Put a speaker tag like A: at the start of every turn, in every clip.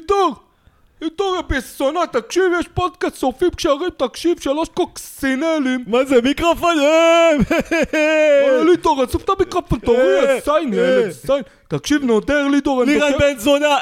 A: לידור פסונה, תקשיב, יש פודקאסט שורפים קשרים, תקשיב, 3 קוקסינלים.
B: מה זה מיקרופון?
A: לידור, אסוף את המיקרופון, תורי, סיין, ילד, סיין. תקשיב, נודר לידור,
B: לירן בן זונה.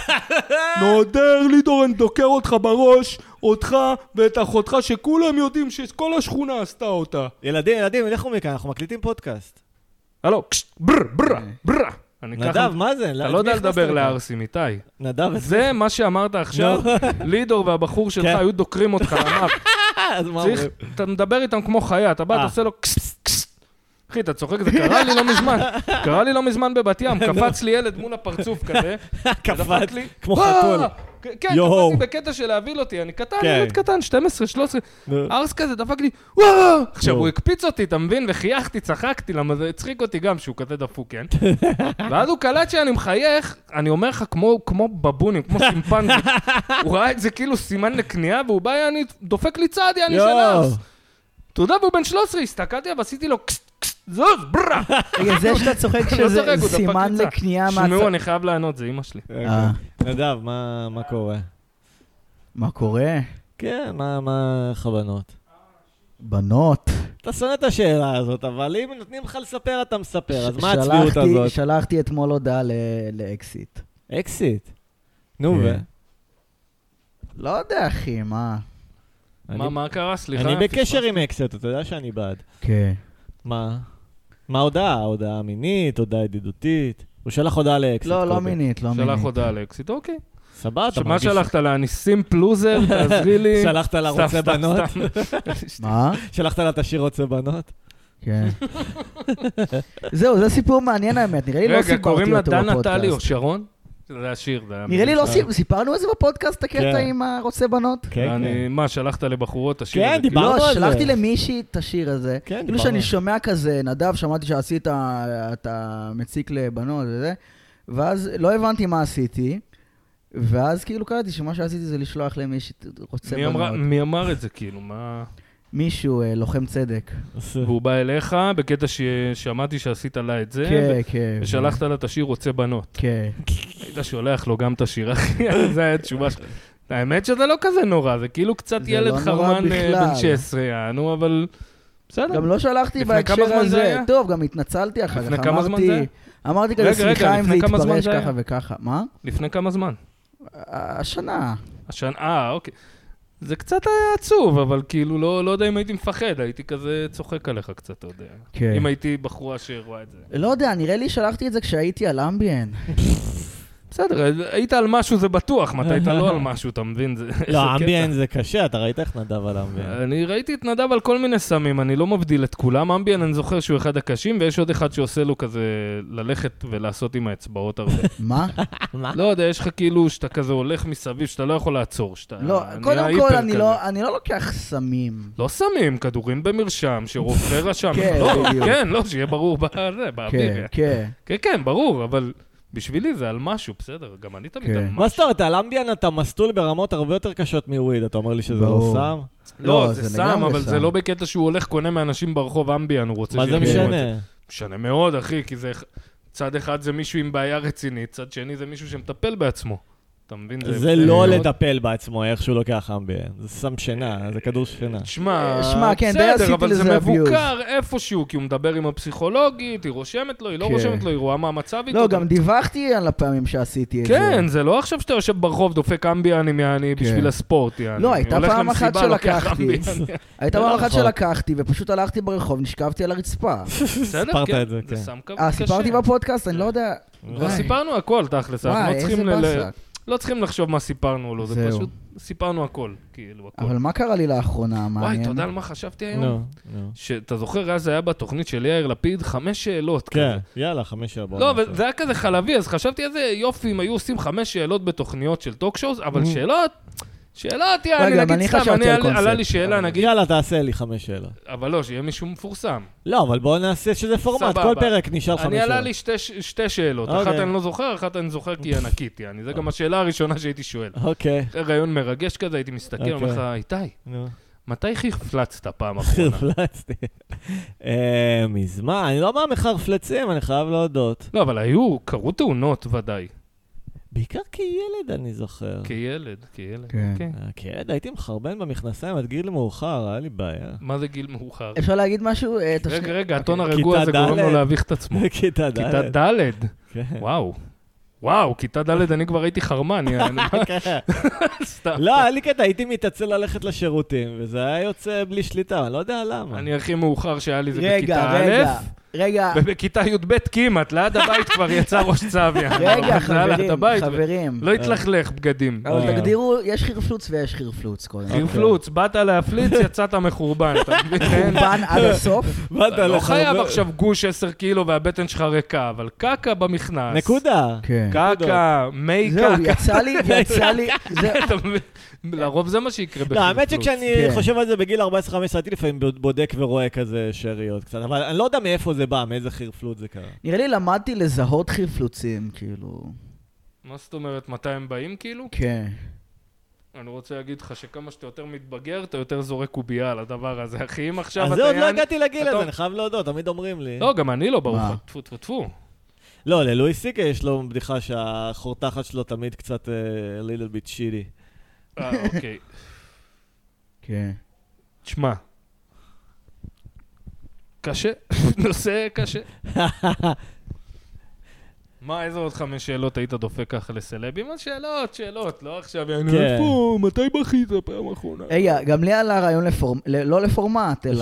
A: נודר לידור, אני דוקר אותך בראש, אותך ואת אחותך, שכולם יודעים שכל השכונה עשתה אותה.
B: ילדים, לכו מכאן, אנחנו מקליטים פודקאסט.
A: הלו, ברר.
B: נדב, מה זה?
A: אתה לא יודע לדבר לארסים, איתי.
B: נדב,
A: זה מה שאמרת עכשיו, לידור והבחור שלך היו דוקרים אותך, אמר.
B: אז מה אומרים?
A: אתה מדבר איתם כמו חיה, אתה בא, אתה עושה לו קס. אחי, אתה צוחק, זה קרה לי לא מזמן בבת ים, קפץ לי ילד מול הפרצוף כזה.
B: קפץ לי, כמו חתול.
A: כן, קפצתי בקטע של להביל אותי, אני קטן, ילד קטן, 12, 13, ארס כזה, דפק לי, וואו! עכשיו, הוא הקפיץ אותי, אתה מבין? וחייכתי, צחקתי, למה זה הצחיק אותי גם, שהוא כזה דפוק, כן? ואז הוא קלט שאני מחייך, אני אומר לך, כמו בבונים, כמו סימפנזי. הוא ראה את זה כאילו סימן לקנייה, והוא בא, אני דופק לי צעד, אני של ארס. תודה, והוא בן 13, הסתכלתי, ועשיתי לו זוז, בררה.
C: רגע, זה שאתה צוחק שזה סימן לקנייה...
A: שמעו, אני חייב לענות, זה אמא שלי.
B: נדב, מה קורה?
C: מה קורה?
B: כן, מה חבנות?
C: בנות.
B: אתה שונא את השאלה הזאת, אבל אם נותנים לך לספר, אתה מספר, אז מה הצביעות הזאת?
C: שלחתי אתמול הודעה לאקסיט.
B: אקסיט? נו ו... לא
C: יודע, אחי, מה?
A: מה קרה? סליחה.
B: אני בקשר עם אקסיט, אתה יודע שאני בעד.
C: כן.
B: מה הודעה? הודעה מינית, הודעה ידידותית? הוא שלח הודעה לאקסיט.
C: לא מינית, לא מינית.
A: שלח הודעה לאקסיט, אוקיי.
B: סבבה, אתה
A: מרגיש... מה שלחת לה? אני סימפ לוזר, תעזרי לי.
B: שלחת לה רוצה בנות?
C: מה?
B: שלחת לה תשאיר רוצה בנות?
C: כן. זהו, זה סיפור מעניין האמת. נראה לי לא סיפרתי אותו בפודקאסט.
A: רגע, קוראים לה דן נטלי או שרון? זה השיר.
C: נראה לי לא סיפרנו את זה בפודקאסט, הקטע עם רוצה בנות?
B: כן.
A: מה, שלחת לבחורות את השיר הזה?
B: כן, דיברנו על זה.
C: שלחתי למישהי את השיר הזה. כאילו שאני שומע כזה, נדב, שמעתי שעשית את המציק לבנות וזה, ואז לא הבנתי מה עשיתי, ואז כאילו קראתי שמה שעשיתי זה לשלוח למישהי רוצה בנות.
A: מי אמר את זה כאילו? מה...
C: מישהו, לוחם צדק.
A: והוא בא אליך בקטע ששמעתי שעשית לה את זה,
C: כן.
A: ושלחת לה את השיר רוצה בנות.
C: כן.
A: היית שולח לו גם את השיר, אחי, זה היה תשובה שלך. האמת שזה לא כזה נורא, זה כאילו קצת ילד חרמן בן 16, נו, אבל בסדר.
C: גם לא שלחתי בהקשר הזה. טוב, גם התנצלתי אחר כך.
A: לפני כמה זמן זה היה?
C: אמרתי כזה, סליחה אם זה יתפרש ככה וככה. מה?
A: לפני כמה זמן?
C: השנה.
A: אוקיי. זה קצת היה עצוב, אבל כאילו לא יודע אם הייתי מפחד, הייתי כזה צוחק עליך קצת, אתה יודע.
C: כן.
A: אם הייתי בחורה שרואה את זה.
C: לא יודע, נראה לי שלחתי את זה כשהייתי על אמביאן.
A: בסדר, היית על משהו זה בטוח, מתי היית לא על משהו, אתה מבין?
B: לא, אמביאן זה קשה, אתה ראית איך נדב על אמביאן?
A: אני ראיתי את נדב על כל מיני סמים, אני לא מבדיל את כולם. אמביאן אני זוכר שהוא אחד הקשים, ויש עוד אחד שעושה לו כזה ללכת ולעשות עם האצבעות הרבה.
C: מה?
A: לא יודע, יש לך כאילו שאתה כזה הולך מסביב, שאתה לא יכול לעצור.
C: לא, קודם כל אני לא לוקח סמים.
A: לא סמים, כדורים במרשם, שרופא רשם. כן, לא, שיהיה ברור באוויר. כן, ברור, אבל... בשבילי זה על משהו, בסדר, גם אני תמיד על משהו.
B: מה זאת אומרת, על אמביאן אתה מסטול ברמות הרבה יותר קשות מוויד, אתה אומר לי שזה לא סם?
A: לא, זה סם, אבל זה לא בקטע שהוא הולך קונה מאנשים ברחוב אמביאן, הוא רוצה...
B: מה זה משנה?
A: משנה מאוד, אחי, כי זה... צד אחד זה מישהו עם בעיה רצינית, צד שני זה מישהו שמטפל בעצמו. אתה מבין?
B: זה לא לטפל בעצמו, איך שהוא לוקח אמביאן. זה סם שינה, זה כדור שינה.
C: שמע, כן, די
A: בסדר,
C: עשיתי
A: אבל
C: לזה
A: זה
C: אביוז.
A: מבוקר איפשהו, כי הוא מדבר עם הפסיכולוגית, היא רושמת לו, היא לא רושמת לו, היא רואה מה המצב איתו.
C: לא, גם דיווחתי על הפעמים שעשיתי את זה.
A: כן, זה לא עכשיו שאתה יושב ברחוב, דופק אמביאן עם יעני בשביל הספורט, יעני.
C: לא, הייתה פעם אחת שלקחתי. הייתה פעם אחת שלקחתי, ופשוט הלכתי ברחוב, נשכבתי על הרצפה.
A: בסדר, כן, זה סם קשה.
C: סיפרתי בפודקאסט, אני לא יודע.
A: סיפרנו הכל, תכלס, לא צריכים לחשוב מה סיפרנו לו, זה פשוט סיפרנו הכל, כאילו הכל.
C: אבל מה קרה לי לאחרונה?
A: וואי, אתה יודע על מה חשבתי היום? שאתה זוכר, אז היה בתוכנית של יאיר לפיד 5 שאלות.
B: כן, יאללה, 5 שאלות.
A: לא, וזה היה כזה חלבי, אז חשבתי איזה יופי, אם היו עושים 5 שאלות בתוכניות של טוק-שואוז, אבל שאלות, יאללה, נגיד סתם, עלה לי שאלה, נגיד...
B: יאללה, תעשה לי 5 שאלות.
A: אבל לא, שיהיה מישהו מפורסם.
B: לא, אבל בואו נעשה שזה פורמט, כל פרק נשאל 5 שאלות.
A: אני עלה לי 2 שאלות, אחת אני לא זוכר, אחת אני זוכר כי היא ענקית, זה גם השאלה הראשונה שהייתי שואל.
B: אוקיי.
A: רעיון מרגש כזה, הייתי מסתכל, אומר לך, איתי, מתי חרפלצת פעם אחרונה?
B: חרפלצתי. מזמן, אני לא אומר מחרפלצים, אני חייב להודות.
A: לא, אבל קרו תאונות ודאי.
B: בעיקר כילד, אני זוכר.
A: כילד.
C: כן.
B: כילד הייתי מחרבן במכנסיים עד גיל מאוחר, היה לי בעיה.
A: מה זה גיל מאוחר?
C: אפשר להגיד משהו?
A: רגע, הטון הרגוע הזה גורם לו להביך את עצמו.
B: כיתה ד'.
A: כיתה ד'. וואו, כיתה ד' אני כבר הייתי חרמן.
B: לא, היה לי קטע, הייתי מתעצל ללכת לשירותים, וזה היה יוצא בלי שליטה, אני לא יודע למה.
A: אני הכי מאוחר שהיה לי זה בכיתה א',
C: רגע.
A: ובכיתה י"ב כמעט, ליד הבית כבר יצא ראש צביה.
C: רגע, חברים.
A: לא התלכלך בגדים.
C: אבל תגדירו, יש חרפלוץ ויש חרפלוץ.
A: חרפלוץ, באת להפליץ, יצאת מחורבן.
C: חורבן עד הסוף.
A: לא חייב עכשיו גוש 10 קילו והבטן שלך ריקה, אבל קקה במכנס.
B: נקודה.
A: קקה, מי קקה.
C: זהו, יצא לי.
A: לרוב זה מה שיקרה בחרפלוץ.
B: לא, האמת שכשאני חושב על זה בגיל 14-15, הייתי לפעמים בודק ורואה כזה שריות קצת, אבל אני לא יודע מאיפה זה בא, מאיזה חרפלוץ זה קרה.
C: נראה לי למדתי לזהות חרפלוצים, כאילו.
A: מה זאת אומרת, מתי הם באים כאילו?
C: כן.
A: אני רוצה להגיד לך שכמה שאתה יותר מתבגר, אתה יותר זורק קובייה על הדבר הזה, אחי, אם עכשיו
B: אז זה עוד לא הגעתי לגיל הזה, אני חייב להודות, תמיד אומרים לי.
A: לא, גם אני לא ברוך, טפו.
B: לא, ללואי סי.קיי יש לו בדיחה שהחורתחת שלו תמיד קצת a little bit shitty.
A: אוקיי.
C: כן.
A: תשמע. קשה, נושא קשה. מה, איזה עוד 5 שאלות היית דופק ככה לסלבים? אז שאלות, לא עכשיו, אני איפה, מתי בכית פעם אחרונה?
C: רגע, גם לי על הרעיון לא לפורמט, אלא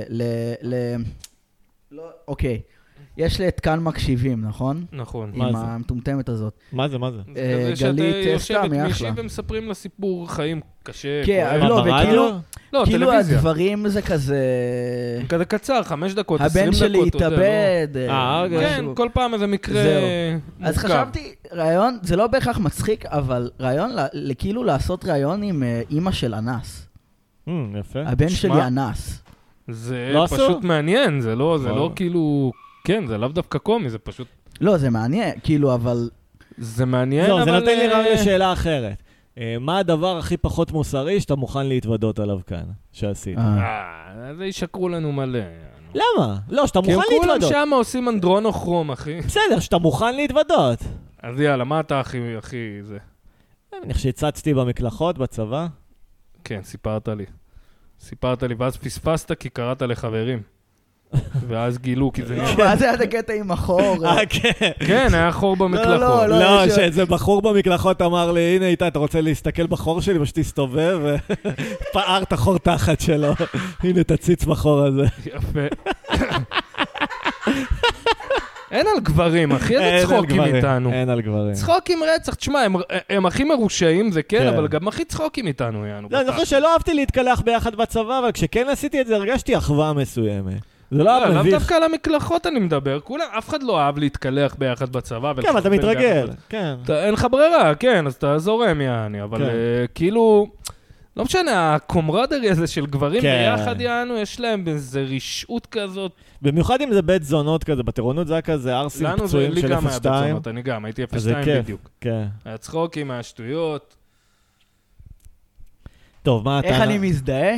C: אוקיי. יש לי את כאן מקשיבים, נכון?
A: נכון.
C: עם המטומטמת הזאת.
B: מה זה?
C: גלית סתם, היא
A: מישהי ומספרים לה סיפור חיים קשה.
C: כן, לא, וכאילו הדברים זה כזה...
A: כזה קצר, 5 דקות, 20 דקות.
C: הבן שלי התאבד.
A: כן, כל פעם איזה מקרה מורכב.
C: אז חשבתי, רעיון, זה לא בהכרח מצחיק, אבל רעיון כאילו לעשות רעיון עם אמא של אנס.
B: יפה.
C: הבן שלי אנס.
A: זה פשוט מעניין, זה לא כאילו... כן, זה לאו דווקא קומי, זה פשוט...
C: לא, זה מעניין, כאילו, אבל...
A: זה מעניין, אבל...
B: לא, זה נותן לי רעיון לשאלה אחרת. מה הדבר הכי פחות מוסרי שאתה מוכן להתוודות עליו כאן, שעשית?
A: זה ישקרו לנו מלא.
B: למה? לא, שאתה מוכן להתוודות.
A: כי כולם שם עושים אנדרונוכרום, אחי.
B: בסדר, שאתה מוכן להתוודות.
A: אז יאללה, מה אתה הכי זה?
B: אני חושב שהצצתי במקלחות, בצבא.
A: כן, סיפרת לי, ואז פספסת כי קראת לחברים. ואז גילו, כי זה נראה...
C: ואז היה את הקטע עם החור.
B: כן.
A: כן, היה חור במקלחות.
B: לא, שאיזה בחור במקלחות אמר לי, הנה איתה, אתה רוצה להסתכל בחור שלי, ושתסתובב, ופער את החור תחת שלו. הנה, תציץ בחור הזה.
A: יפה. אין על גברים, אחי, איזה צחוקים איתנו.
B: אין על גברים.
A: צחוקים רצח, תשמע, הם הכי מרושעים, זה כן, אבל גם הכי צחוקים איתנו, יענו.
B: לא, אני חושב שלא אהבתי להתקלח ביחד בצבא, אבל כשכן עשיתי את זה, הרגשתי אחווה מסוימת. זה לא היה מביך.
A: דווקא על המקלחות אני מדבר, אף אחד לא אהב להתקלח ביחד בצבא.
B: כן, אתה מתרגל, כן.
A: אין לך ברירה, כן, אז אתה זורם, יעני, אבל כאילו... לא משנה, הקומרדרי הזה של גברים ביחד יענו, יש להם איזו רשעות כזאת.
B: במיוחד אם זה בית זונות כזה, בטירונות זה היה כזה ארסים פצועים של 0-2.
A: לנו זה לי גם היה בית זונות, אני גם, הייתי 0-2 בדיוק. היה צחוקים, היה שטויות.
B: טוב, מה אתה...
C: איך אני מזדהה?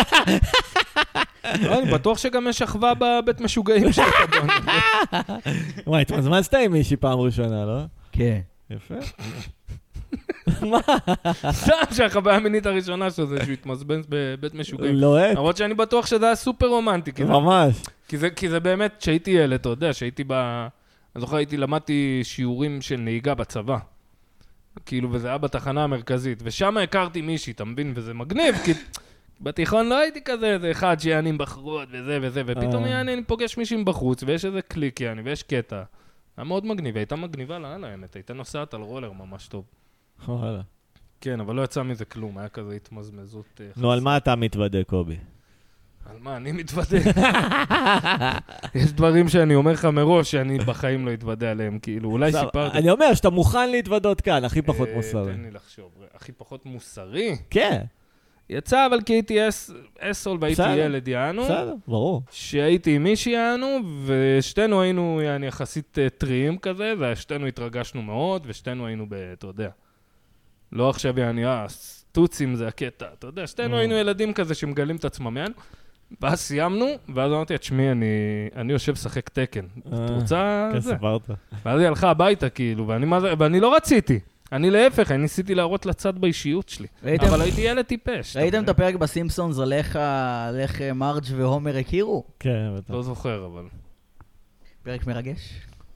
A: אני בטוח שגם יש אחווה בבית משוגעים של אדון.
B: וואי, התמזמזת עם מישהי פעם ראשונה, לא?
C: כן.
B: יפה.
A: מה? סתם שהחוויה המינית הראשונה שלו זה שהוא התמזבן בבית משוגעים.
B: לוהט.
A: למרות שאני בטוח שזה היה סופר רומנטי.
B: ממש.
A: כי זה באמת, שהייתי ילד, אתה יודע, שהייתי אני זוכר, למדתי שיעורים של נהיגה בצבא. כאילו, וזה היה בתחנה המרכזית. ושם הכרתי מישהי, אתה מבין? וזה מגניב, כי בתיכון לא הייתי כזה, איזה אחד שיעני בחורות וזה וזה, ופתאום אני פוגש מישהי בחוץ, ויש איזה קליק, יעני, ויש קטע. היה מאוד מגניב, הייתה מגניבה לאן האמת, הייתה נוסעת על רולר ממש טוב.
B: וואלה.
A: כן, אבל לא יצא מזה כלום, היה כזה התמזמזות.
B: נו, על מה אתה מתוודה, קובי?
A: על מה אני מתוודה? יש דברים שאני אומר לך מראש, שאני בחיים לא אתוודה עליהם, כאילו, אולי סיפרתי.
B: אני אומר שאתה מוכן להתוודות כאן, הכי פחות מוסרי.
A: תן לי לחשוב, הכי פחות מוסרי?
B: כן.
A: יצא, אבל כי הייתי אסול והייתי ילד יענו.
B: בסדר, ברור.
A: שהייתי עם מישהי יענו, ושתינו היינו יחסית טריים כזה, ושתינו התרגשנו מאוד, ושתינו היינו אתה יודע, לא עכשיו סטוצים זה הקטע, אתה יודע, שתינו היינו ילדים כזה שמגלים את עצמם יענו, ואז סיימנו, ואז אמרתי, תשמעי, אני יושב שחק תקן. את רוצה?
B: כן, ספרת.
A: ואז היא הלכה הביתה כאילו, ואני לא רציתי. אני להפך, אני ניסיתי להראות לצד באישיות שלי. אבל הייתי ילד טיפש.
C: ראיתם את הפרק בסימפסונס על איך מרג' והומר הכירו?
B: כן, בטח.
A: לא זוכר, אבל...
C: פרק מרגש.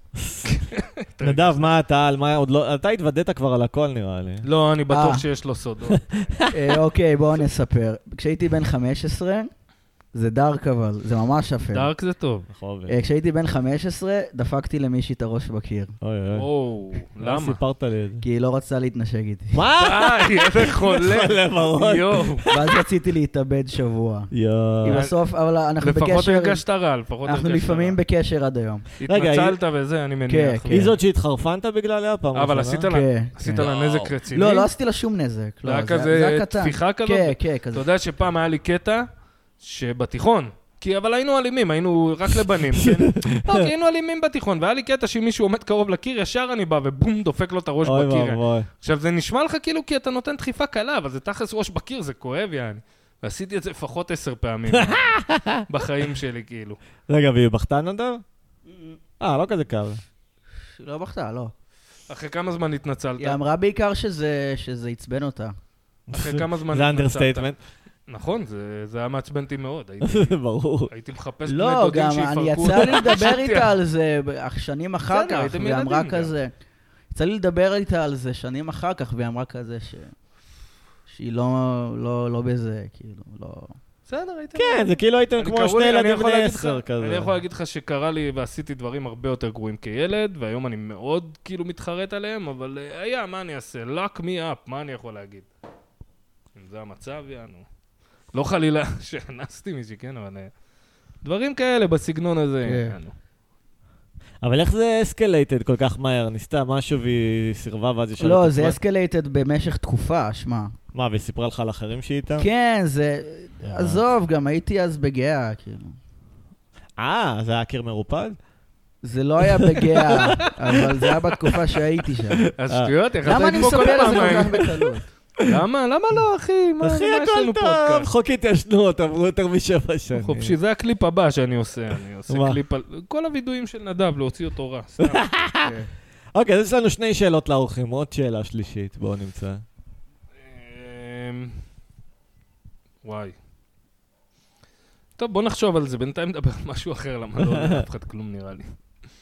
B: נדב, מה אתה? אתה התוודעת כבר על הכל נראה לי.
A: לא, אני בטוח שיש לו סודות.
C: אוקיי, בואו נספר. כשהייתי בן 15, זה דארק אבל, זה ממש יפה.
A: דארק זה טוב.
C: כשהייתי בן 15, דפקתי למישהי את הראש בקיר.
A: אוי, למה?
B: סיפרת לי את זה.
C: כי היא לא רצתה להתנשק איתי.
B: מה?
A: איזה חולה.
B: חולה בראש.
C: ואז רציתי להתאבד שבוע.
B: היא
C: בסוף, אבל אנחנו בקשר...
A: לפחות הרגשת רע, לפחות הרגשת רע.
C: אנחנו לפעמים בקשר עד היום.
A: התנצלת וזה, אני מניח.
B: היא זאת שהתחרפנת בגללה פעם?
A: אבל עשית לה נזק רציני?
C: לא עשיתי לה שום נזק.
A: זה היה כזה תפיחה כזאת?
C: כן, כזה.
A: אתה יודע שפעם היה לי קטע שבתיכון, אבל היינו אלימים, היינו רק לבנים, כן? היינו אלימים בתיכון, והיה לי קטע שמישהו עומד קרוב לקיר, ישר אני בא ובום, דופק לו את הראש בקיר. עכשיו, זה נשמע לך כאילו כי אתה נותן דחיפה קלה, אבל זה תכלס ראש בקיר, זה כואב, יעני. ועשיתי את זה לפחות 10 פעמים בחיים שלי, כאילו.
B: רגע, והיא בכתה נדב? לא כזה קל.
C: לא בכתה, לא.
A: אחרי כמה זמן התנצלת?
C: היא אמרה בעיקר שזה עצבן אותה.
A: אחרי כמה זמן
B: זה אנדרסטייטמנט.
A: נכון, זה היה מעצבנתי מאוד.
B: ברור.
A: הייתי מחפש בני
C: לא,
A: דודים
C: גם
A: שיפרקו.
C: אני יצא לי לדבר איתה על זה שנים אחר כך, והיא אמרה כזה, יצא לי לדבר איתה על זה שנים אחר כך, והיא אמרה כזה שהיא לא בזה, כאילו, לא...
A: בסדר, הייתם...
B: כן, זה כאילו הייתם כמו שני ילדים בני 10 כזה.
A: אני יכול להגיד לך שקרה לי ועשיתי דברים הרבה יותר גרועים כילד, והיום אני מאוד כאילו מתחרט עליהם, אבל היה, מה אני אעשה? lock me up, מה אני יכול להגיד? אם זה המצב, יענו. לא חלילה שהנסתי מישהי, כן, אבל דברים כאלה בסגנון הזה, יענו.
B: אבל איך זה אסקלייטד כל כך מהר? ניסתה משהו והיא סירבה ואז ישאלה...
C: לא, זה אסקלייטד במשך תקופה, שמה.
B: מה, והיא סיפרה לך על אחרים שהיא איתה?
C: כן, זה... עזוב, גם הייתי אז בגאה, כאילו.
B: זה היה קיר מרופד?
C: זה לא היה בגאה, אבל זה היה בתקופה שהייתי שם.
A: אז שטויות, איך
C: למה אני מספר על זה כל כך בקלות?
A: למה לא, אחי?
B: אחי, הכל טוב, חוק התיישנות, עברו יותר מ7 שנים.
A: חופשי, זה הקליפ הבא שאני עושה. אני עושה קליפ על... כל הוידואים של נדב, להוציא אותו רע, סתם.
B: אוקיי, אז יש לנו 2 שאלות לאורחים, עוד שאלה שלישית, בואו נמצא. וואי. טוב, בוא נחשוב על זה, בינתיים נדבר על משהו אחר, למה לא אף אחד כלום נראה לי.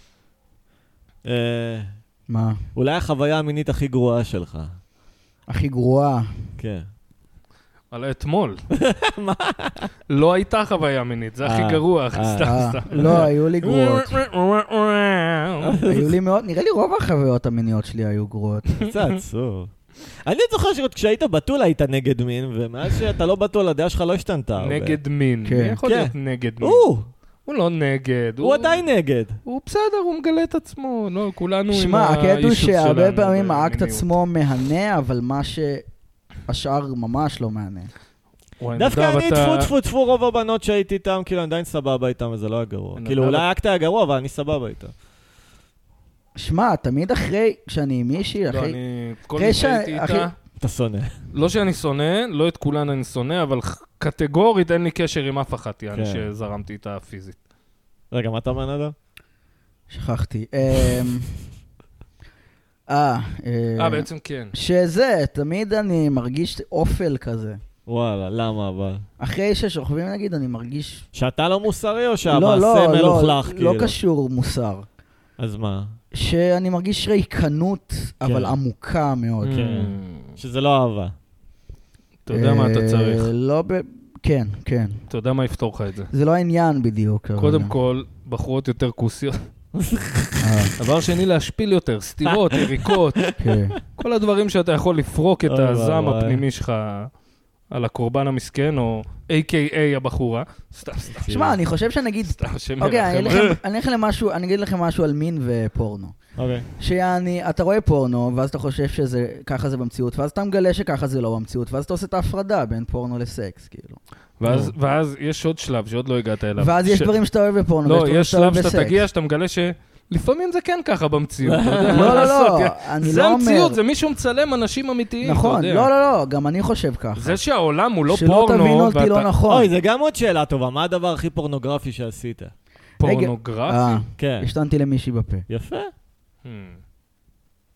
C: מה?
B: אולי החוויה המינית הכי גרועה שלך.
C: הכי גרועה.
B: כן.
A: על אתמול. לא הייתה חוויה מינית, זה הכי גרוע, סתם.
C: לא, היו לי גרועות. היו לי מאוד, נראה לי רוב החוויות המיניות שלי היו גרועות.
B: זה עצוב. אני זוכר שכשהיית בתול היית נגד מין, ומאז שאתה לא בתול, הדעה שלך לא השתנתה.
A: נגד מין. מי יכול להיות נגד מין? הוא לא נגד.
B: הוא עדיין נגד.
A: הוא בסדר, הוא מגלה את עצמו. לא, כולנו עם
C: שמע, הקטע הוא שהרבה פעמים האקט עצמו מהנה, אבל מה שהשאר ממש לא מהנה.
B: דווקא אני תפו רוב הבנות שהייתי איתם, כאילו אני עדיין סבבה איתם, וזה לא היה גרוע. כאילו אולי האקט היה גרוע, אבל אני סבבה איתם.
C: שמע, תמיד אחרי, כשאני עם מישהי, אחרי...
A: כל מי שהייתי איתה...
B: אתה שונא.
A: לא שאני שונא, לא את כולן אני שונא, אבל קטגורית אין לי קשר עם אף אחת, יעני, שזרמתי איתה פיזית.
B: רגע, מה אתה אומר נדב?
C: שכחתי.
A: בעצם כן.
C: שזה, תמיד אני מרגיש אופל כזה.
B: וואלה, למה אבל?
C: אחרי ששוכבים נגיד, אני מרגיש...
B: שאתה לא מוסרי או שהמעשה מלוכלך?
C: לא קשור מוסר.
B: אז מה?
C: שאני מרגיש ריקנות, אבל עמוקה מאוד.
B: שזה לא אהבה.
A: אתה יודע מה אתה צריך.
C: כן, כן.
A: אתה יודע מה יפתור לך את זה.
C: זה לא העניין בדיוק.
A: קודם כל, בחורות יותר כוסיות. דבר שני, להשפיל יותר, סתירות, יריקות. כל הדברים שאתה יכול לפרוק את הזעם הפנימי שלך על הקורבן המסכן, או A.K.A. הבחורה. סתם.
C: שמע, אני חושב שנגיד... אוקיי, אני אגיד לכם משהו על מין ופורנו. אתה רואה פורנו, ואז אתה חושב שככה זה במציאות, ואז אתה מגלה שככה זה לא במציאות, ואז אתה עושה את ההפרדה בין פורנו לסקס, כאילו.
A: ואז יש עוד שלב שעוד לא הגעת אליו.
C: ואז יש דברים שאתה אוהב בפורנו,
A: לא, יש שלב שאתה תגיע, שאתה מגלה לפעמים זה כן ככה במציאות.
C: לא, אני
A: זה
C: לא אומר...
A: המציאות, זה מישהו מצלם אנשים אמיתיים.
C: נכון, לא, גם אני חושב ככה.
A: זה שהעולם הוא לא
C: פורנו. שלא תבינו אותי לא נכון.
B: אוי, זה גם עוד שאלה טובה, מה הדבר הכי פורנוגרפי שעשית?
A: פורנוגרפי?
B: כן.
C: השתנתי למישהי בפה.
B: יפה.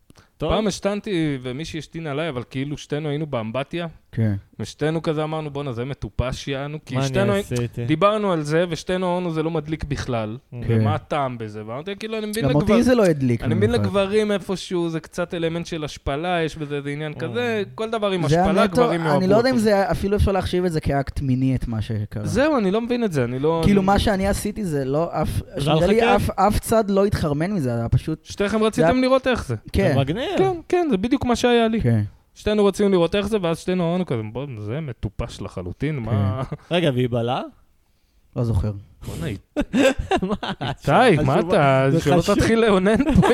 A: פעם השתנתי ומישהי השתין עליי, אבל כאילו שתינו היינו באמבטיה.
C: כן.
A: ושתינו כזה אמרנו, בוא'נה, זה מטופש יענו, כי שתינו דיברנו על זה, ושתינו אמרנו, זה לא מדליק בכלל. ומה הטעם בזה? ואמרתי, כאילו, אני מבין
C: גם אותי זה לא הדליק.
A: אני מבין לגברים איפשהו, זה קצת אלמנט של השפלה, יש בזה עניין כזה, כל דבר עם השפלה, גברים יאהבו.
C: אני לא יודע אם זה, אפילו אפשר להחשיב את זה כאקט מיני, את מה שקרה.
A: זהו, אני לא מבין את זה, אני לא...
C: כאילו, מה שאני עשיתי זה לא, אף צד לא התחרמן מזה, זה היה פשוט...
A: שתיכם רציתם לראות איך זה.
C: כן.
A: כן, זה בדיוק מה שהיה לי. שתינו רצינו לראות איך זה, ואז שתינו אמרנו כזה, בוא, זה מטופש לחלוטין, מה...
B: רגע, והיא בלה?
C: לא זוכר.
A: בוא נהי. איתי, מה אתה? שלא תתחיל לעונן פה.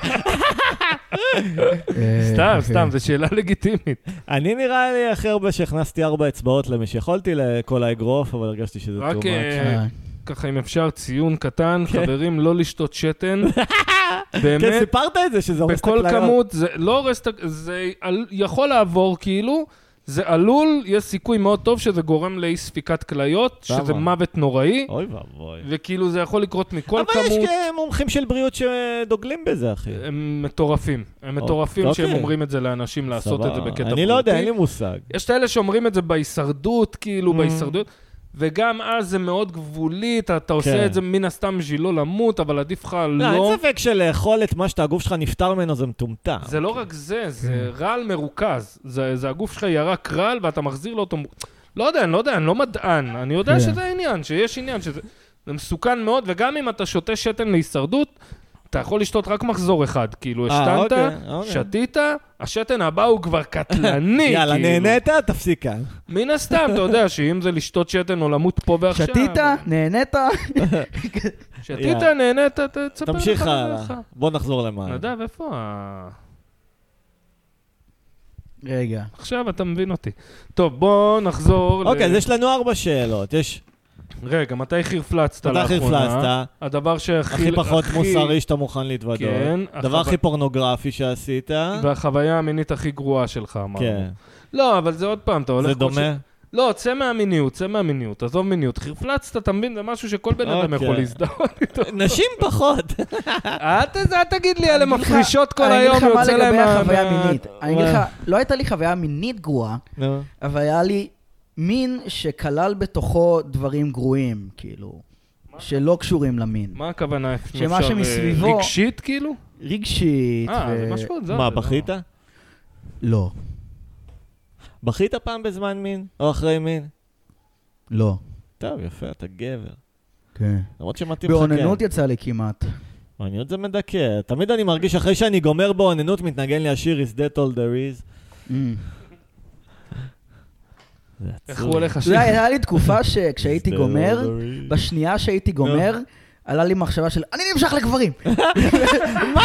A: סתם, זו שאלה לגיטימית.
B: אני נראה לי הכי הרבה שהכנסתי 4 אצבעות למי שיכולתי לכל האגרוף, אבל הרגשתי שזה
A: רק
B: too much.
A: ככה, אם אפשר, ציון קטן, חברים, לא לשתות שתן. באמת.
B: כן, סיפרת את זה, שזה הורס את הכליות.
A: בכל כמות, זה לא הורס את הכליות, זה יכול לעבור כאילו, זה עלול, יש סיכוי מאוד טוב שזה גורם לאי ספיקת כליות, שזה מוות נוראי.
B: אוי ואבוי.
A: וכאילו זה יכול לקרות מכל כמות.
B: אבל יש מומחים של בריאות שדוגלים בזה, אחי.
A: הם מטורפים. הם מטורפים שהם אומרים את זה לאנשים לעשות את זה בקטע פרוטי.
B: אני לא יודע, אין לי מושג.
A: יש את האלה שאומרים את זה בהישרדות, כאילו בהישרדות. וגם אז זה מאוד גבולית, אתה עושה את זה מן הסתם בשביל לא למות, אבל עדיף לך לא...
B: אין ספק שלאכול את מה שהגוף שלך נפטר ממנו זה מטומטם.
A: זה לא רק זה, זה רעל מרוכז. זה הגוף שלך ירק רעל ואתה מחזיר לו אותו... לא יודע, אני לא מדען. אני יודע שזה העניין, שיש עניין, שזה מסוכן מאוד, וגם אם אתה שותה שתן להישרדות, אתה יכול לשתות רק מחזור אחד, כאילו השתנת, שתית, השתן הבא הוא כבר קטלני.
B: יאללה, נהנית, תפסיק כאן.
A: מן הסתם, אתה יודע שאם זה לשתות שתן או למות פה ועכשיו...
C: שתית, נהנית.
A: שתית, נהנית, תספר לך.
B: תמשיך הלאה, בוא נחזור למעלה.
A: נדב, איפה
C: רגע.
A: עכשיו אתה מבין אותי. טוב, בוא נחזור...
B: אוקיי, אז יש לנו 4 שאלות. יש...
A: רגע, מתי חרפלצת לאחרונה?
B: מתי חרפלצת?
A: הדבר
B: הכי פחות מוסרי שאתה מוכן להתוודות.
A: כן.
B: הדבר הכי פורנוגרפי שעשית.
A: והחוויה המינית הכי גרועה שלך, אמרנו.
B: כן.
A: לא, אבל זה עוד פעם, אתה הולך...
B: זה דומה?
A: לא, צא מהמיניות, עזוב מיניות. חרפלצת, אתה מבין, זה משהו שכל בן אדם יכול להזדהות איתו.
B: נשים פחות.
A: אל תגיד לי, אלה מפרישות כל היום, יוצא להם...
C: אני אגיד לך מה לגבי החוויה המינית. אני אגיד לך, לא הייתה לי חוויה מינית גרועה, אבל היה לי מין שכלל בתוכו דברים גרועים, כאילו, שלא קשורים למין.
A: מה הכוונה?
C: שמה שמסביבו...
A: רגשית, כאילו?
C: רגשית.
A: זה משהו עוד.
B: מה, בכית?
C: לא.
B: בכית פעם בזמן מין? או אחרי מין?
C: לא.
B: טוב, יפה, אתה גבר.
C: כן.
B: למרות שמתאים לך כן.
C: בעוננות יצא לי כמעט.
B: בעוננות זה מדכא. תמיד אני מרגיש אחרי שאני גומר בעוננות, מתנגן לי השיר Is That All There Is.
A: איך הוא הולך השיר?
C: היה לי תקופה שכשהייתי גומר, בשנייה שהייתי גומר, עלה לי מחשבה של, אני נמשך לגברים.
B: מה?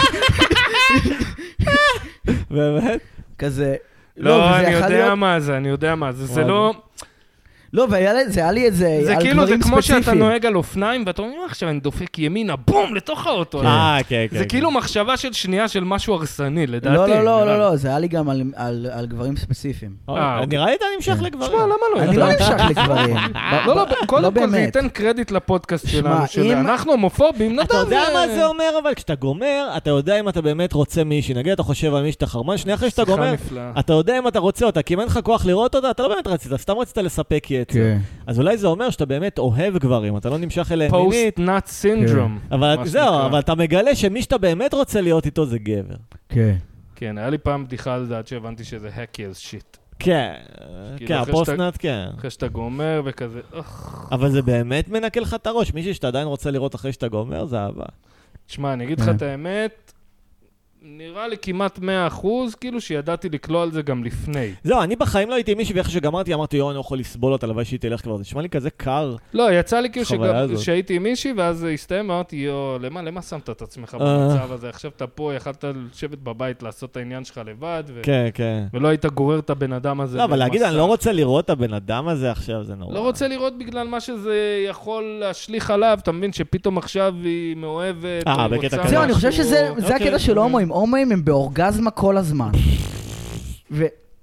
B: באמת?
C: כזה...
A: לא, אני יודע מה זה, זה לא...
C: לא, וזה היה לי את זה על דברים ספציפיים.
A: זה כאילו, זה כמו שאתה נוהג על אופניים, ואתה אומר, עכשיו אני דופק ימינה, בום, לתוך האוטו.
B: כן.
A: זה כאילו מחשבה של שנייה של משהו הרסני, לדעתי.
C: לא, זה היה לי גם על גברים ספציפיים.
B: נראה לי אתה נמשך לגברים.
A: שמע, למה לא?
C: אני לא נמשך לגברים.
A: לא, קודם כל זה ייתן קרדיט לפודקאסט שלנו, אנחנו הומופובים, נדב.
B: אתה יודע מה זה אומר, אבל כשאתה גומר, אתה יודע אם אתה באמת רוצה מישהי. נגיד, אתה חושב על מישהי שאתה חרמן, שנייה אחרי שאתה גומר, אתה יודע אם אתה רוצה אותה, כי אם אין לך כוח לראות אותה, אתה לא באמת רצית, סתם רצית לספק יצר. אז אולי זה אומר שאתה באמת אוהב גברים, אתה לא נמשך אליהם מינית.
A: פוסט-נאט סינדרום.
B: אבל זהו, אבל אתה מגלה שמי שאתה באמת רוצה להיות איתו זה גבר.
C: כן.
A: כן, היה לי פעם בדיחה על זה עד שהבנתי שזה hacky as shit.
B: כן, הפוסט-נאט כן.
A: אחרי שאתה גומר וכזה,
B: אבל זה באמת מנקה לך את הראש, מישהי שאתה עדיין רוצה לראות אחרי שאתה גומר, זה אהבה.
A: תשמע, אני אגיד לך את האמת, נראה לי כמעט 100%, כאילו שידעתי לקלוע על זה גם לפני.
B: זהו, אני בחיים לא הייתי מישהי, ואיך שגמרתי, אמרתי, אני לא יכול לסבול אותה, לוואי שהיא תלך כבר, זה נשמע לי כזה קר.
A: לא, יצא לי כאילו שהייתי עם מישהי, ואז הסתיים, אמרתי, למה שמת את עצמך במצב הזה? עכשיו אתה פה, יכלת לשבת בבית, לעשות את העניין שלך לבד, ולא היית גורר את הבן אדם הזה.
B: לא, אבל להגיד, אני לא רוצה לראות את הבן אדם הזה עכשיו, זה נורא.
A: לא רוצה לראות בגלל מה שזה יכול להשליך עליו, אתה מבין שפתאום עכשיו היא מאוהבת,
C: זהו, אני חושב שזה הקטע של הומואים. הומואים הם באורגזמה כל הזמן.
A: מה,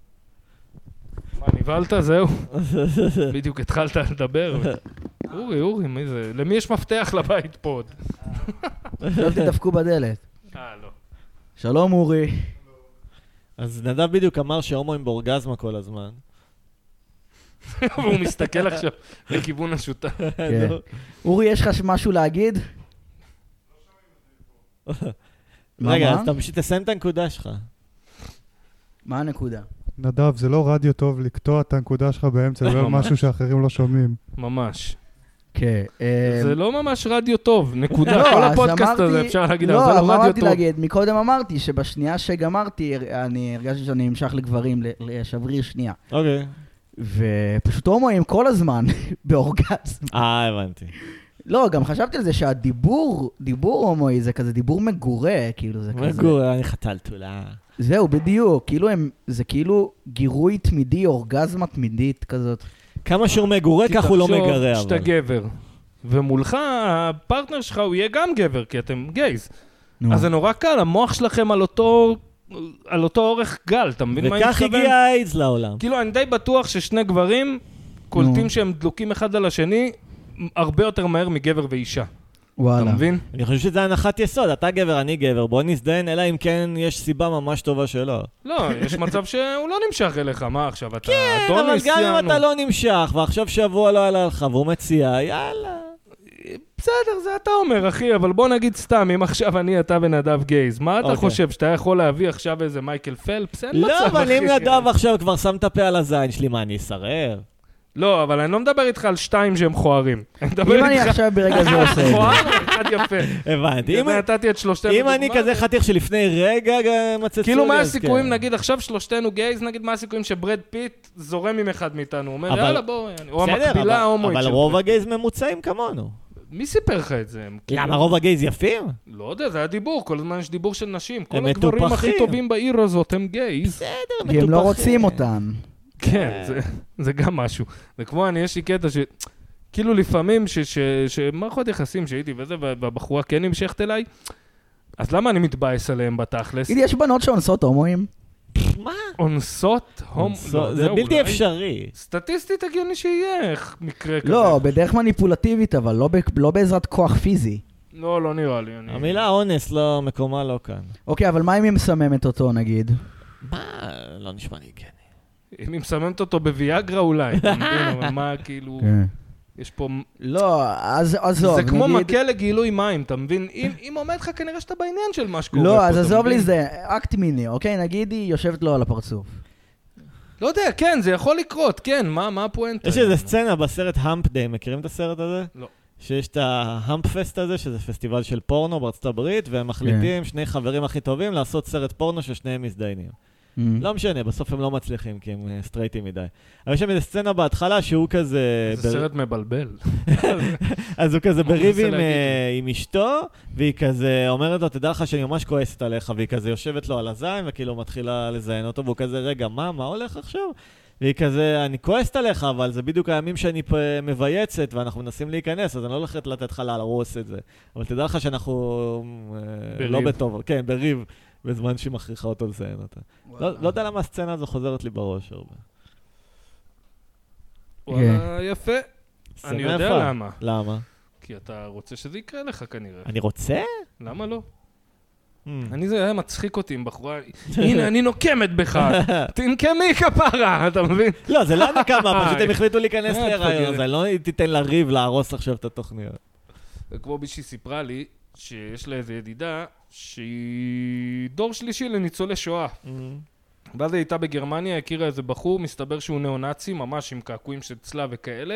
A: נבלת? זהו. בדיוק התחלת לדבר. אורי, מי זה? למי יש מפתח לבית פה עוד?
C: לא תדפקו בדלת.
A: לא.
C: שלום אורי.
B: אז נדב בדיוק אמר שהומואים באורגזמה כל הזמן.
A: והוא מסתכל עכשיו לכיוון השותף.
C: אורי, יש לך משהו להגיד?
B: רגע, אז אתה פשוט תסיים את הנקודה שלך.
C: מה הנקודה?
D: נדב, זה לא רדיו טוב לקטוע את הנקודה שלך באמצע, זה משהו שאחרים לא שומעים.
A: ממש.
C: כן.
A: זה לא ממש רדיו טוב, נקודה. כל הפודקאסט הזה אפשר להגיד, זה לא רדיו טוב.
C: לא, אמרתי להגיד, מקודם אמרתי שבשנייה שגמרתי, אני הרגשתי שאני נמשך לגברים, לשבריר שנייה.
B: אוקיי.
C: ופשוט הומואים כל הזמן באורגזם.
B: הבנתי.
C: לא, גם חשבתי על זה שהדיבור הומואי זה כזה דיבור מגורה, כאילו זה כזה.
B: מגורה, אני חתלתולה.
C: זהו, בדיוק, כאילו זה כאילו גירוי תמידי, אורגזמה תמידית כזאת.
B: כמה שהוא מגורה, כך הוא לא מגרה.
A: תחשוב שאתה גבר, ומולך הפרטנר שלך הוא יהיה גם גבר, כי אתם גייז. אז זה נורא קל, המוח שלכם על אותו אורך גל, אתה מבין מה אני מתכוון?
B: וכך הגיע האיידס לעולם.
A: כאילו, אני די בטוח ששני גברים קולטים שהם דלוקים אחד על השני, הרבה יותר מהר מגבר ואישה.
C: וואלה.
A: אתה מבין?
B: אני חושב שזה הנחת יסוד, אתה גבר, אני גבר, בוא נזדיין, אלא אם כן יש סיבה ממש טובה שלו.
A: לא, יש מצב שהוא לא נמשך אליך, מה עכשיו? אתה
B: כן, אבל גם אם אתה לא נמשך, ועכשיו שבוע לא עלה לך, והוא מציע, יאללה.
A: בסדר, זה אתה אומר, אחי, אבל בוא נגיד סתם, אם עכשיו אתה ונדב גייז, מה אתה חושב, שאתה יכול להביא עכשיו איזה מייקל פלפס? אין מצב, אחי.
B: לא, אבל אם נדב עכשיו כבר שם את הפה על הזין שלי, מה, אני אסרר?
A: לא, אבל אני לא מדבר איתך על 2 שהם חוארים.
C: אם אני עכשיו ברגע זה עושה את זה.
A: חואר, אחד יפה.
B: הבנתי.
A: נתתי את שלושתנו.
B: אם אני כזה חתיך שלפני רגע מצצו לי,
A: כאילו מה הסיכויים, נגיד עכשיו שלושתנו גייז, נגיד מה הסיכויים שברד פיט זורם עם אחד מאיתנו. הוא אומר, יאללה בוא, או המקבילה ההומואית
B: אבל רוב הגייז ממוצעים כמונו.
A: מי סיפר לך את זה?
B: למה רוב הגייז יפים?
A: לא יודע, זה היה דיבור, כל הזמן יש דיבור של נשים. כל הגברים הכי טובים בעיר הזאת הם גייז.
B: בסדר,
C: מטופחים. כי הם לא רוצים אותם.
A: כן, זה גם משהו. וכמו יש לי קטע כאילו לפעמים שמערכות יחסים שהייתי וזה, והבחורה כן נמשכת אליי, אז למה אני מתבאס עליהם בתכלס?
C: יש בנות שאונסות הומואים?
B: מה?
A: אונסות?
B: זה בלתי אפשרי.
A: סטטיסטית הגיוני שיהיה מקרה כזה.
C: לא, בדרך מניפולטיבית, אבל לא בעזרת כוח פיזי.
A: לא נראה לי.
B: המילה אונס לא, מקומה לא כאן.
C: אוקיי, אבל מה אם היא מסממת אותו נגיד?
B: מה? לא נשמע לי כן.
A: אם היא מסממת אותו בוויאגרה אולי, אתה מבין, אבל מה כאילו... יש פה...
C: לא, אז עזוב.
A: זה כמו מקל לגילוי מים, אתה מבין? אם עומד לך כנראה שאתה בעניין של מה שקורה פה.
C: לא, אז עזוב לי זה, אקט מיני, אוקיי? נגיד היא יושבת לו על הפרצוף.
A: לא יודע, כן, זה יכול לקרות, כן, מה הפואנטה?
B: יש איזו סצנה בסרט המפ דיי, מכירים את הסרט הזה?
A: לא.
B: שיש את ההמפ פסט הזה, שזה פסטיבל של פורנו בארצות הברית, והם מחליטים, שני חברים הכי טובים, לעשות סרט פורנו ששניהם מזדיינים. לא משנה, בסוף הם לא מצליחים, כי הם סטרייטים מדי. אבל יש שם איזו סצנה בהתחלה שהוא כזה...
A: זה סרט מבלבל.
B: אז הוא כזה בריב עם אשתו, והיא כזה אומרת לו, תדע לך שאני ממש כועסת עליך, והיא כזה יושבת לו על הזין, וכאילו מתחילה לזיין אותו, והוא כזה, רגע, מה הולך עכשיו? והיא כזה, אני כועסת עליך, אבל זה בדיוק הימים שאני מבייצת, ואנחנו מנסים להיכנס, אז אני לא הולכת לתת לך להרוס את זה. אבל תדע לך שאנחנו לא בטוב, כן, בריב. בזמן שהיא מכריחה אותו לזיין אותה. לא יודע למה הסצנה הזו חוזרת לי בראש הרבה.
A: וואלה, יפה. אני יודע למה.
B: למה?
A: כי אתה רוצה שזה יקרה לך כנראה.
B: אני רוצה?
A: למה לא? זה היה מצחיק אותי עם בחורה, הנה אני נוקמת בך, תנקמי כפרה, אתה מבין?
B: לא, זה לא נקמה, פשוט הם החליטו להיכנס להיריון, אז אני לא תיתן לריב להרוס עכשיו את התוכניות.
A: כמו בישי סיפרה לי, שיש לה איזו ידידה, שהיא דור שלישי לניצולי שואה. ואז היא הייתה בגרמניה, הכירה איזה בחור, מסתבר שהוא נאו-נאצי, ממש עם קעקועים של צלב וכאלה.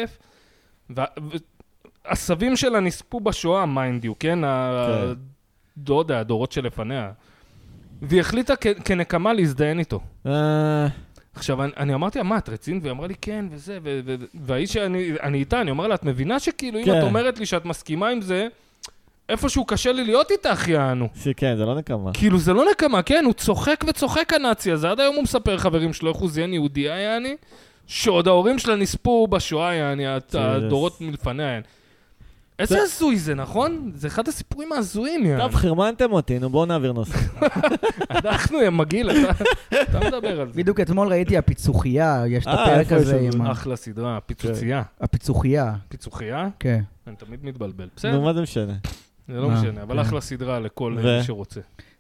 A: והסבים שלה נספו בשואה, מיינד יו, כן? הדורות שלפניה. והיא החליטה כנקמה להזדיין איתו. עכשיו, אני אמרתי, מה, את רצינית? והיא אמרה לי, כן, וזה, והאיש שאני איתה, אני אומר לה, את מבינה שכאילו, אם את אומרת לי שאת מסכימה עם זה, איפשהו קשה לי להיות איתך, יענו.
B: כן, זה לא נקמה.
A: כאילו, זה לא נקמה, כן, הוא צוחק וצוחק הנאצי הזה. עד היום הוא מספר חברים שלו, איך הוא זיין יהודיה, יעני, שעוד ההורים שלה נספו בשואה, יעני, הדורות מלפניה, יעני. איזה הזוי זה, נכון? זה אחד הסיפורים ההזויים, יעני.
B: טוב, חרמנתם אותי, נו, בואו נעביר נושא.
A: אנחנו, מגיל, אתה מדבר על זה.
C: בדיוק אתמול ראיתי הפיצוחייה, יש את הפרק הזה עם...
A: אחלה סדרה, הפיצוצייה.
C: הפיצוחייה.
A: פיצוחייה?
C: כן.
A: אני תמיד מתבלבל. בסדר.
B: נו, מה זה משנה?
A: זה לא משנה, אבל אחלה סדרה לכל מי שרוצה.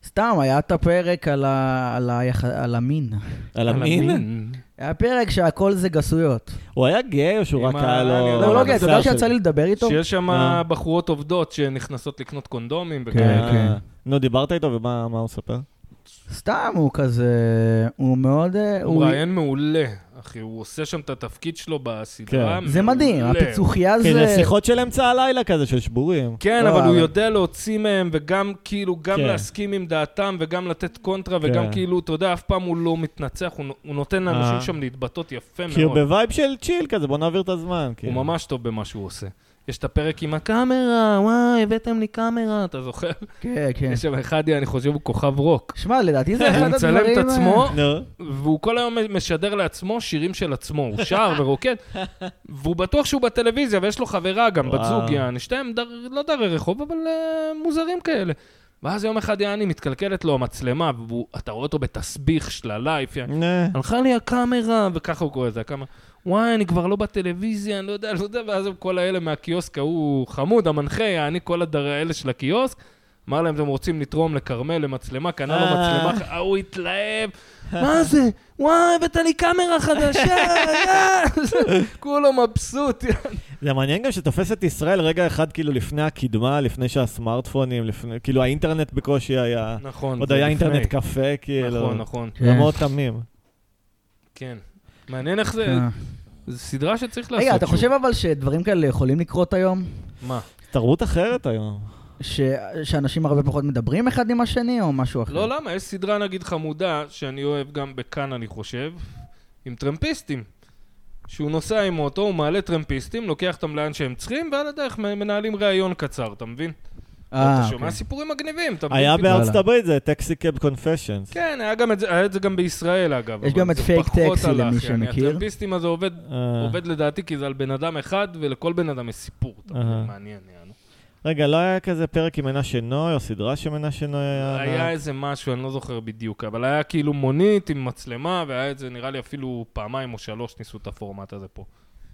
C: סתם, היה את הפרק על המין.
B: על המין?
C: היה פרק שהכל זה גסויות.
B: הוא היה גיי או שהוא רק היה לו...
C: לא גיי, אתה יודע שיצא לי לדבר איתו?
A: שיש שם בחורות עובדות שנכנסות לקנות קונדומים.
C: כן.
B: נו, דיברת איתו ומה הוא ספר?
C: סתם, הוא כזה... הוא מאוד...
A: הוא רעיין מעולה, אחי. הוא עושה שם את התפקיד שלו בסדרה.
C: זה מדהים, הפיצוחיה זה...
B: זה שיחות של אמצע הלילה כזה, של שבורים.
A: כן, אבל הוא יודע להוציא מהם, וגם כאילו, גם להסכים עם דעתם, וגם לתת קונטרה, וגם כאילו, אתה יודע, אף פעם הוא לא מתנצח, הוא נותן לאנשים שם להתבטאות יפה מאוד.
B: כי הוא בווייב של צ'יל כזה, בוא נעביר את הזמן.
A: הוא ממש טוב במה שהוא עושה. יש את הפרק עם הקאמרה, וואי, הבאתם לי קאמרה, אתה זוכר?
C: כן, כן.
A: יש שם אחד, אני חושב, הוא כוכב רוק.
C: שמע, לדעתי זה אחד הדברים...
A: הוא מצלם את עצמו, והוא כל היום משדר לעצמו שירים של עצמו. הוא שר ורוקד, והוא בטוח שהוא בטלוויזיה, ויש לו חברה גם, בת זוג, יעני, שתיים, לא דרי רחוב, אבל מוזרים כאלה. ואז יום אחד יעני מתקלקלת לו המצלמה, ואתה רואה אותו בתסביך של הלייף, הלכה לי הקאמרה, וככה הוא קורא את זה, הקאמרה. וואי, אני כבר לא בטלוויזיה, אני לא יודע, ואז כל האלה מהקיוסק, הוא חמוד, המנחה, אני כל האלה של הקיוסק, אמר להם, אתם רוצים לתרום לקרמל, למצלמה, קנה לו מצלמה, הוא התלהב, מה זה? וואי, הבאת לי קאמרה חדשה, כולו מבסוט.
B: זה מעניין גם שתופס את ישראל רגע אחד כאילו לפני הקדמה, לפני שהסמארטפונים, כאילו האינטרנט בקושי היה,
A: נכון,
B: עוד היה אינטרנט קפה, כאילו,
A: נכון.
B: זה מאוד תמים.
A: כן. מעניין איך זה... זו סדרה שצריך לעשות.
C: רגע, אתה חושב אבל שדברים כאלה יכולים לקרות היום?
A: מה?
B: תרבות אחרת היום.
C: שאנשים הרבה פחות מדברים אחד עם השני או משהו אחר?
A: לא, למה? יש סדרה נגיד חמודה, שאני אוהב גם בכאן אני חושב, עם טרמפיסטים. שהוא נוסע עם אוטו, הוא מעלה טרמפיסטים, לוקח אותם לאן שהם צריכים, ועל הדרך מנהלים ראיון קצר, אתה מבין? אתה שומע סיפורים מגניבים.
B: היה בארצות הברית, זה טקסי קאב קונפשיונס.
A: כן, היה את זה גם בישראל אגב.
C: יש גם את פייק טקסי למי שמכיר.
A: הטרמפיסטים הזה עובד לדעתי כי זה על בן אדם אחד, ולכל בן אדם יש סיפור. מעניין, יענו.
B: רגע, לא היה כזה פרק עם מנשה נוי, או סדרה שמנשה נוי היה...
A: היה איזה משהו, אני לא זוכר בדיוק, אבל היה כאילו מונית עם מצלמה, והיה את זה נראה לי אפילו פעמיים או 3 ניסו את הפורמט הזה פה.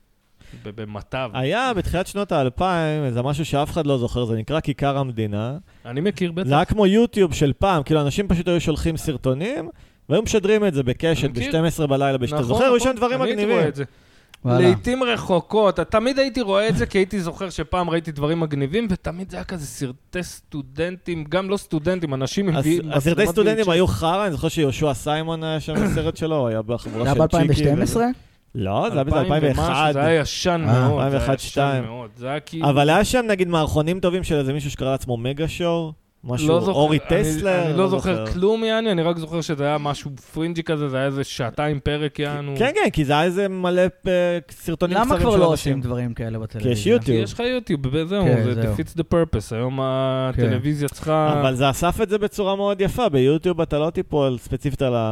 A: במטב.
B: היה בתחילת שנות ה-2000, זה משהו שאף אחד לא זוכר, זה נקרא כיכר המדינה.
A: אני מכיר בטח.
B: זה היה כמו יוטיוב של פעם, כאילו אנשים פשוט היו שולחים סרטונים, והיו משדרים את זה בקשת, ב-12 בלילה, בשביל זוכר, היו שם דברים מגניבים. לעתים רחוקות, תמיד הייתי רואה את זה, כי הייתי זוכר שפעם ראיתי דברים מגניבים, ותמיד זה היה כזה סרטי סטודנטים, גם לא סטודנטים, אנשים מביאים... הסרטי סטודנטים היו חרא, אני זוכר שיהושע סיימון היה שם בסרט שלו, היה בחבורה של צ'יקי.
C: זה היה ב-2012?
B: לא, זה היה בזה 2001.
A: זה היה ישן מאוד.
B: 2001-2002. אבל היה שם נגיד מערכונים טובים של איזה מישהו שקרא לעצמו מגה שואו, משהו אורי טסלר.
A: אני לא זוכר כלום יעני, אני רק זוכר שזה היה משהו פרינג'י כזה, זה היה איזה 2 פרק יענו.
B: כן, כן, כי זה היה איזה מלא סרטונים קצרים של אנשים.
C: למה כבר לא עושים דברים כאלה בטלוויזיה?
B: כי יש יוטיוב.
A: יש לך יוטיוב, זהו, זה defeats the purpose. היום הטלוויזיה צריכה...
B: אבל זה אסף את זה בצורה מאוד יפה, ביוטיוב אתה לא טיפול ספציפית על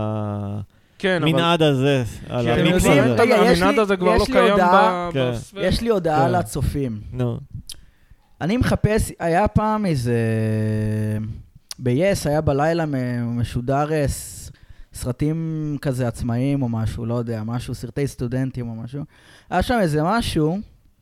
B: המנעד הזה, על המיקס הזה.
A: המנעד הזה כבר לא קיים בספירה.
C: יש לי הודעה לצופים. אני מחפש, היה פעם איזה, ב-yes היה בלילה משודר סרטים כזה עצמאיים או משהו, לא יודע, משהו, סרטי סטודנטים או משהו. היה שם איזה משהו,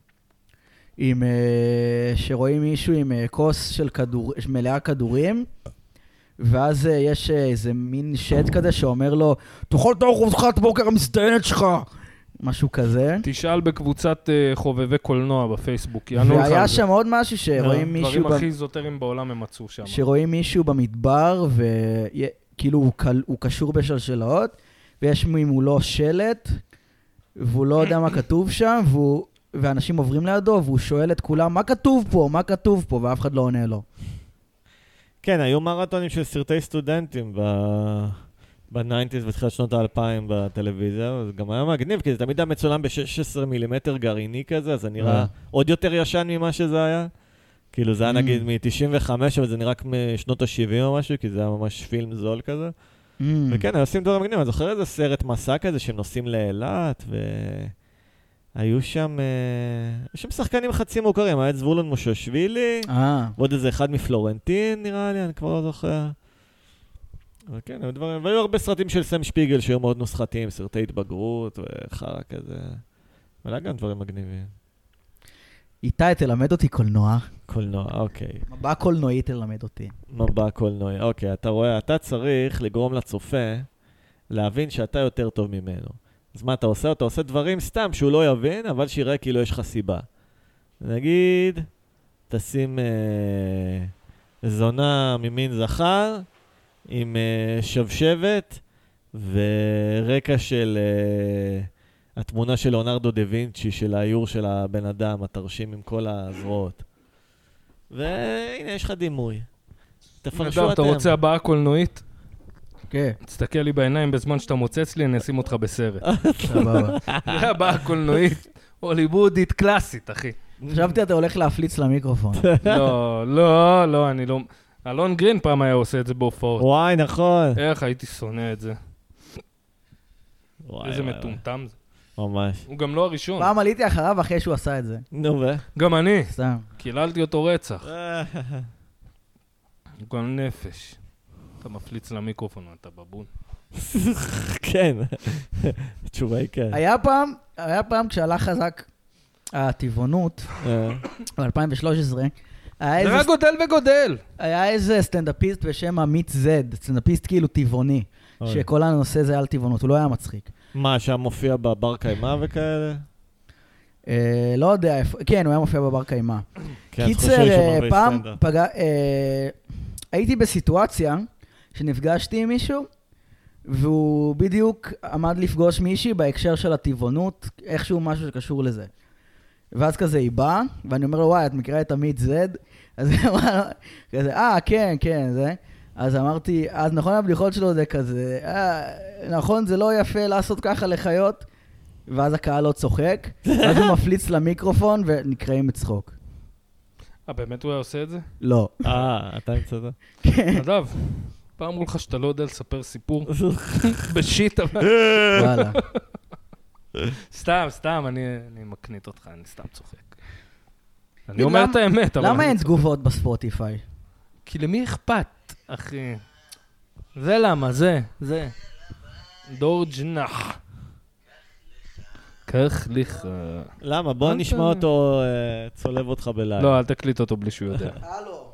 C: שרואים מישהו עם כוס של מלאה כדורים, ואז יש איזה מין שד כזה שאומר לו, תאכל את ארוחת בוקר המסתיינת שלך. משהו כזה.
A: תשאל בקבוצת חובבי קולנוע בפייסבוק.
C: והיה שם עוד משהו שרואים מישהו...
A: דברים הכי זוטרים בעולם הם מצאו שם.
C: שרואים מישהו במדבר, וכאילו הוא קשור בשלשלאות, ויש ממולו שלט, והוא לא יודע מה כתוב שם, ואנשים עוברים לידו, והוא שואל את כולם, מה כתוב פה? מה כתוב פה? ואף אחד לא עונה לו.
B: כן, היו מרתונים של סרטי סטודנטים ב-90s בתחילת שנות ה-2000 בטלוויזיה, זה גם היה מגניב, כי זה תמיד היה מצולם ב-16 מילימטר גרעיני כזה, זה נראה עוד יותר ישן ממה שזה היה. כאילו זה היה נגיד מ-95, אבל זה נראה משנות ה-70 או משהו, כי זה היה ממש פילם זול כזה. וכן, היו עושים דברים מגניבים, אני זוכר איזה סרט מסע כזה שהם נוסעים לאילת, והיו שם שחקנים חצי מוכרים, היה את זבולון מוששווילי, ועוד איזה אחד מפלורנטין נראה לי, אני כבר לא זוכר. אבל כן, והיו הרבה סרטים של סם שפיגל שהיו מאוד נוסחתיים, סרטי התבגרות וחרא כזה. אבל היה גם דברים מגניבים.
C: איתי, תלמד אותי קולנוע.
B: קולנוע, אוקיי.
C: מבע קולנועי תלמד אותי.
B: מבע קולנועי, אוקיי. אתה רואה, אתה צריך לגרום לצופה להבין שאתה יותר טוב ממנו. אז מה אתה עושה? אתה עושה דברים סתם שהוא לא יבין, אבל שיראה כאילו יש לך סיבה. נגיד, תשים זונה ממין זכר, עם שבשבת, ורקע של התמונה של ליאונרדו דה וינצ'י, של האיור של הבן אדם, התרשים עם כל הזרועות. והנה, יש לך דימוי. תפרשו אתם.
A: אתה רוצה הבאה קולנועית?
C: כן.
A: תסתכל לי בעיניים בזמן שאתה מוצץ לי, אני אשים אותך בסרט. סבבה. זה הבאה קולנועית, הוליוודית קלאסית, אחי.
C: חשבתי אתה הולך להפליץ למיקרופון.
A: לא, אני לא... אלון גרין פעם היה עושה את זה בהופעות.
B: וואי, נכון.
A: איך הייתי שונא את זה. איזה מטומטם זה.
B: ממש.
A: הוא גם לא הראשון.
C: פעם עליתי אחריו אחרי שהוא עשה את זה.
B: נו ו?
A: גם אני.
C: סתם.
A: קיללתי אותו רצח. גול נפש. אתה מפליץ למיקרופון, אתה בבון.
B: כן. התשובה היא כן.
C: היה פעם כשהלך חזק הטבעונות, ב-2013,
A: זה רק גודל וגודל.
C: היה איזה סטנדאפיסט בשם עמית זד, סטנדאפיסט כאילו טבעוני, שכל הנושא זה על טבעונות, הוא לא היה מצחיק.
B: מה, שם מופיע בבר קיימה וכאלה?
C: לא יודע איפה, כן, הוא היה מופיע בבר קיימה. קיצר, פעם הייתי בסיטואציה שנפגשתי עם מישהו, והוא בדיוק עמד לפגוש מישהי בהקשר של הטבעונות, איכשהו משהו שקשור לזה. ואז כזה היא באה, ואני אומר לו, וואי, את מכירה את עמית זד? אז היא אמרה, כזה, כן, זה. אז אמרתי, אז נכון הבדיחות שלו זה כזה, נכון, זה לא יפה לעשות ככה לחיות, ואז הקהל לא צוחק, ואז הוא מפליץ למיקרופון ונקראים מצחוק.
A: באמת הוא היה עושה את זה?
C: לא.
B: אתה המצאת?
C: כן.
A: נדב, פעם אמרו לך שאתה לא יודע לספר סיפור בשיט, אבל...
C: וואלה.
A: סתם, אני מקנית אותך, אני סתם צוחק. אני אומר את האמת, אבל...
C: למה אין תגובות בספוטיפיי?
A: כי למי אכפת, אחי? זה למה, זה. דור ג'נח. כך לך.
B: למה? בוא נשמע אותו, צולב אותך בלילה.
A: לא, אל תקליט אותו בלי שהוא יודע.
C: הלו.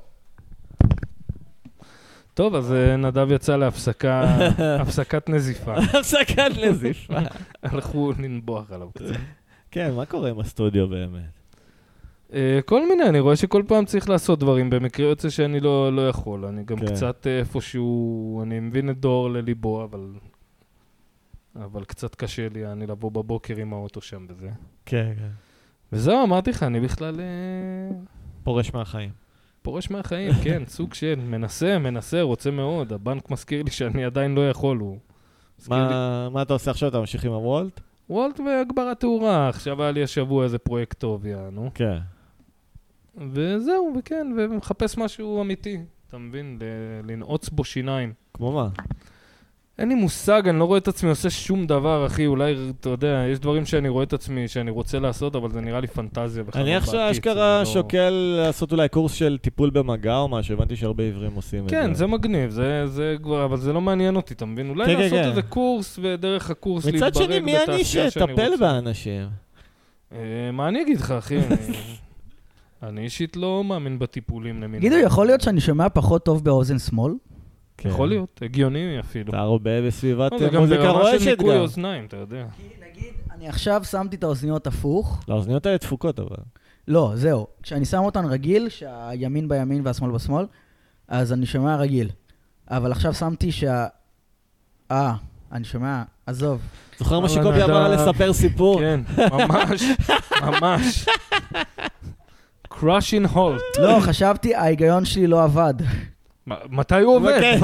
A: טוב, אז נדב יצא להפסקת נזיפה.
B: הפסקת נזיפה.
A: הלכו לנבוח עליו קצת.
B: כן, מה קורה עם הסטודיו באמת?
A: כל מיני, אני רואה שכל פעם צריך לעשות דברים, במקרה יוצא שאני לא יכול, אני גם קצת איפשהו, אני מבין את דור לליבו, אבל קצת קשה לי, אני לבוא בבוקר עם האוטו שם וזה.
B: כן.
A: וזהו, אמרתי לך, אני בכלל...
B: פורש מהחיים.
A: פורש מהחיים, כן, סוג של מנסה, רוצה מאוד, הבנק מזכיר לי שאני עדיין לא יכול, הוא...
B: מה אתה עושה עכשיו? אתה ממשיך עם הוולט?
A: וולט והגברת תאורה, עכשיו היה לי השבוע איזה פרויקט טוב, יענו.
B: כן.
A: וזהו, וכן, ומחפש משהו אמיתי, אתה מבין? לנעוץ בו שיניים.
B: כמו מה?
A: אין לי מושג, אני לא רואה את עצמי עושה שום דבר, אחי, אולי, אתה יודע, יש דברים שאני רואה את עצמי, שאני רוצה לעשות, אבל זה נראה לי פנטזיה.
B: אני עכשיו אשכרה שוקל לעשות אולי קורס של טיפול במגע או משהו, הבנתי שהרבה עברים עושים את זה.
A: כן, זה מגניב, זה כבר, אבל זה לא מעניין אותי, אתה מבין? אולי לעשות איזה קורס, ודרך הקורס להתברג
B: בתעשייה שאני רוצה. מצד שני, מי אני שטפל באנשים?
A: מה אני אגיד לך, אחי? אני אישית לא מאמין בטיפולים למינים.
C: גידו, יכול להיות שאני שומע פחות טוב באוזן שמאל?
A: יכול להיות, הגיוני אפילו.
B: אתה הרבה בסביבת מוזיקה רועשת גם.
A: זה גם ברמה של ניקוי אוזניים, אתה יודע.
C: כי נגיד, אני עכשיו שמתי את האוזניות הפוך.
B: האוזניות האלה דפוקות אבל.
C: לא, זהו. כשאני שם אותן רגיל, שהימין בימין והשמאל בשמאל, אז אני שומע רגיל. אבל עכשיו שמתי אני שומע, עזוב.
B: זוכר מה שקובי אמר לספר סיפור?
A: כן, ממש. Crushing Halt.
C: לא, חשבתי, ההיגיון שלי לא עבד.
A: מתי הוא עובד?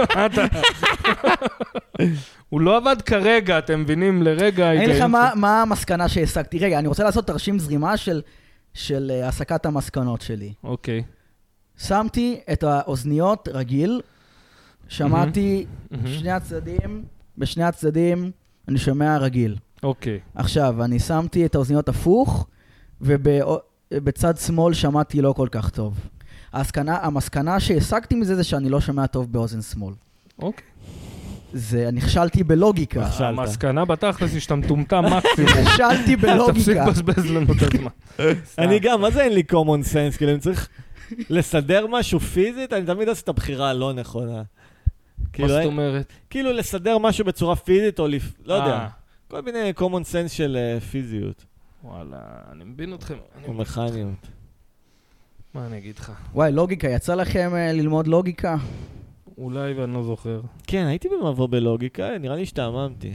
A: הוא לא עבד כרגע, אתם מבינים? לרגע...
C: אין לך מה המסקנה שהעסקתי. רגע, אני רוצה לעשות תרשים זרימה של הסקת המסקנות שלי.
A: אוקיי.
C: שמתי את האוזניות רגיל, שמעתי בשני הצדדים אני שומע רגיל.
A: אוקיי.
C: עכשיו, אני שמתי את האוזניות הפוך, ובצד שמאל שמעתי לא כל כך טוב. המסקנה שהעסקתי מזה זה שאני לא שומע טוב באוזן שמאל.
A: אוקיי.
C: נכשלתי בלוגיקה.
A: המסקנה בתכלס שאתה מטומטם מקסימום.
C: נכשלתי בלוגיקה.
A: תפסיק לבזבז לנו את הזמן.
B: אני גם, מה זה אין לי common sense? כאילו, אני צריך לסדר משהו פיזית, אני תמיד עושה את הבחירה הלא נכונה.
A: מה זאת אומרת?
B: כאילו, לסדר משהו בצורה פיזית, או לא יודע. כל מיני common sense של פיזיות.
A: וואלה, אני מבין אתכם.
B: או מכניות.
A: מה אני אגיד לך?
C: וואי, לוגיקה, יצא לכם ללמוד לוגיקה?
A: אולי ואני לא זוכר.
B: כן, הייתי במבוא בלוגיקה, נראה לי שתעממתי.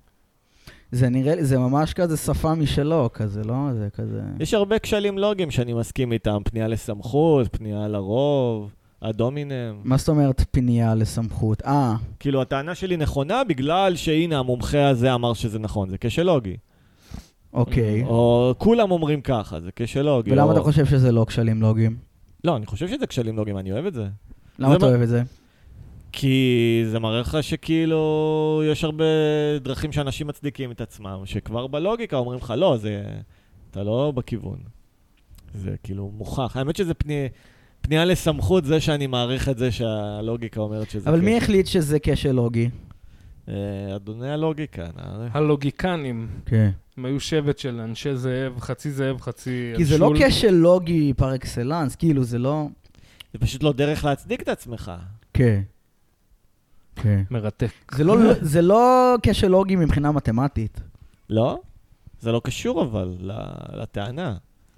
C: זה ממש כזה שפה משלו, כזה, לא? זה כזה...
B: יש הרבה כשלים לוגיים שאני מסכים איתם, פנייה לסמכות, פנייה לרוב, הדומינם.
C: מה זאת אומרת פנייה לסמכות?
B: כאילו, הטענה שלי נכונה בגלל שהנה המומחה הזה אמר שזה נכון, זה כשל לוגי.
C: אוקיי.
B: או כולם אומרים ככה, זה כשל לוגי.
C: ולמה אתה חושב שזה לא כשלים לוגיים?
B: לא, אני חושב שזה כשלים לוגיים, אני אוהב את זה.
C: למה אתה אוהב את זה?
B: כי זה מראה לך שכאילו יש הרבה דרכים שאנשים מצדיקים את עצמם, שכבר בלוגיקה אומרים לך, לא, אתה לא בכיוון. זה כאילו מוכח. האמת שזה פנייה לסמכות, זה שאני מעריך את זה שהלוגיקה אומרת שזה...
C: אבל מי החליט שזה כשל לוגי?
B: אדוני הלוגיקה.
A: הלוגיקנים.
C: כן.
A: הם היו שבט של אנשי זאב, חצי...
C: כי זה לא כשל לוגי פר אקסלנס, כאילו זה לא...
B: זה פשוט לא דרך להצדיק את עצמך.
C: כן.
A: מרתק.
C: זה לא כשל לוגי מבחינה מתמטית.
B: לא? זה לא קשור אבל לטענה.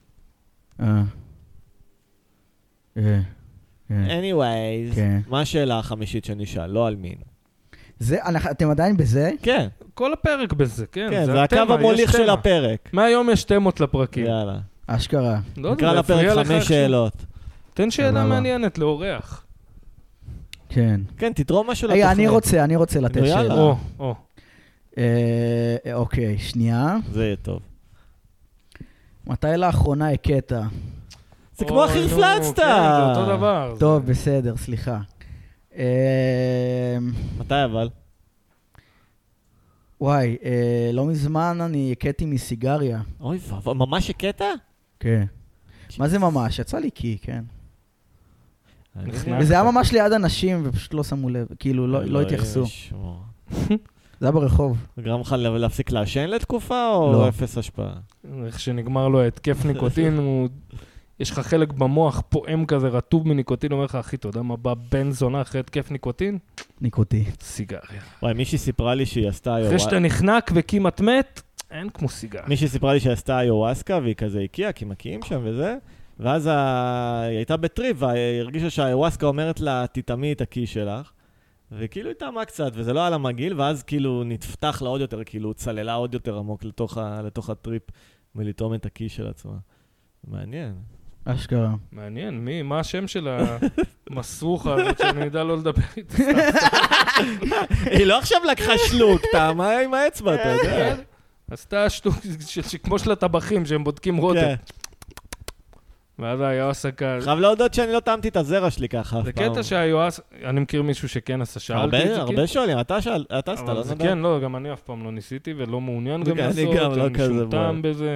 B: anyways, מה השאלה החמישית שנשאל? לא על מין.
C: אתם עדיין בזה?
B: כן.
A: כל הפרק בזה, כן.
B: כן, זה הקו המוליך של הפרק.
A: מהיום יש תמות לפרקים.
B: יאללה.
C: אשכרה.
B: נקרא לפרק 5 שאלות.
A: תן שאלה מעניינת לאורח.
C: כן.
B: כן, תתרום משהו לתוכנית.
C: אני רוצה לתת שאלה. אוקיי, שנייה.
B: זה יהיה טוב.
C: מתי לאחרונה הקטע?
B: זה כמו הכי הפלצת.
A: כן, זה אותו דבר.
C: טוב, בסדר, סליחה.
B: מתי אבל?
C: וואי, לא מזמן אני הקטעתי מסיגריה.
B: אוי, ממש הקטע?
C: כן. מה זה ממש? יצא לי כן. וזה היה ממש ליד אנשים, ופשוט לא שמו לב, כאילו לא התייחסו. זה היה ברחוב.
B: גרם לך להפסיק לעשן לתקופה, או אפס השפעה?
A: איך שנגמר לו התקף ניקוטין, יש לך חלק במוח פועם כזה רטוב מניקוטין, אומר לך, אחי, אתה יודע מה בא בן זונה אחרי התקף ניקוטין?
C: ניקוטין.
A: סיגריה.
B: וואי, מישהי סיפרה לי שהיא עשתה
A: אחרי שאתה נחנק וכמעט מת, אין כמו סיגריה.
B: מישהי סיפרה לי שהיא עשתה איוואסקה, והיא כזה הקיעה, כי מקיאים שם וזה, ואז היא הייתה בטריפ, והיא הרגישה שהאיוואסקה אומרת לה, תטעמי את הקי שלך, וכאילו היא טעמה קצת, וזה לא היה לה מגעיל, ואז כאילו נתפתח לה עוד יותר, כאילו צללה עוד יותר עמוק לתוך הטריפ, מלטעום את הקי של עצמה. מעניין.
C: אשכרה.
A: מעניין, מה השם של המסרוחה הזאת שאני יודע לא לדבר איתה?
B: היא לא עכשיו לקחה שלוק, טעמה עם האצבע, אתה יודע.
A: עשתה שלוק כמו של הטבחים, שהם בודקים רוטב. ואז היואסקה...
B: חייב להודות שאני לא טעמתי את הזרע שלי ככה אף פעם.
A: זה קטע שהיואסקה... אני מכיר מישהו שכן עשה, שאלתי את זה.
B: הרבה שואלים, אתה עשת, לא נדע?
A: כן, לא, גם אני אף פעם לא ניסיתי ולא מעוניין גם לעשות.
B: אני גם לא כזה
A: שום טעם בזה.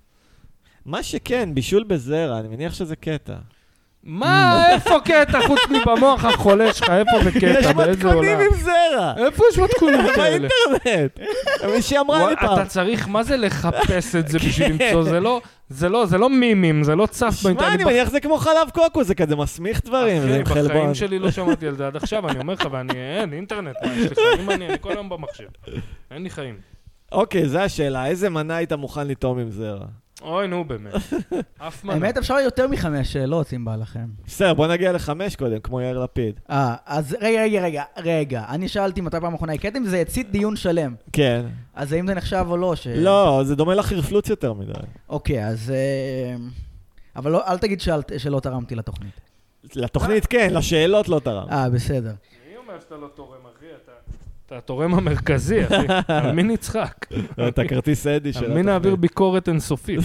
B: מה שכן, בישול בזרע, אני מניח שזה קטע.
A: מה? איפה קטע? חוץ מבמוח החולה שלך, איפה זה קטע? באיזה עולם?
B: יש מתכונים עם זרע.
A: איפה יש מתכונים כאלה?
B: באינטרנט. מישהי אמרה לי פעם.
A: אתה צריך, מה זה לחפש את זה בשביל למצוא? זה לא מימים, זה לא צף באינטרנט.
B: שמע, אני מניח זה כמו חלב קוקו, זה כזה מסמיך דברים.
A: אחי, בחיים שלי לא שמעתי על זה עד עכשיו, אני אומר לך, אין אינטרנט, מה יש לי חיים? אני כל היום במחשב. אין לי חיים.
B: אוקיי, זו השאלה. איזה מנה היית מוכן לטעום עם זרע?
A: אוי, נו, באמת. אף מנה.
C: האמת, אפשר יותר מ5 שאלות, אם בא לכם.
B: בסדר, בוא נגיע ל5 קודם, כמו יאיר לפיד.
C: אז רגע. אני שאלתי מתי פעם אחרונה הקטעים, וזה הצית דיון שלם.
B: כן.
C: אז האם זה נחשב או לא?
B: לא, זה דומה לחרפלוץ יותר מדי.
C: אוקיי, אז... אבל אל תגיד שלא תרמתי לתוכנית.
B: לתוכנית כן, לשאלות לא תרם.
C: בסדר.
A: אני אומר שאתה לא תורם, אחי, אתה התורם המרכזי, אחי. על מי נצחק?
B: אתה כרטיס אדי של התוכנית.
A: על מי נעביר ביקורת אינסופית.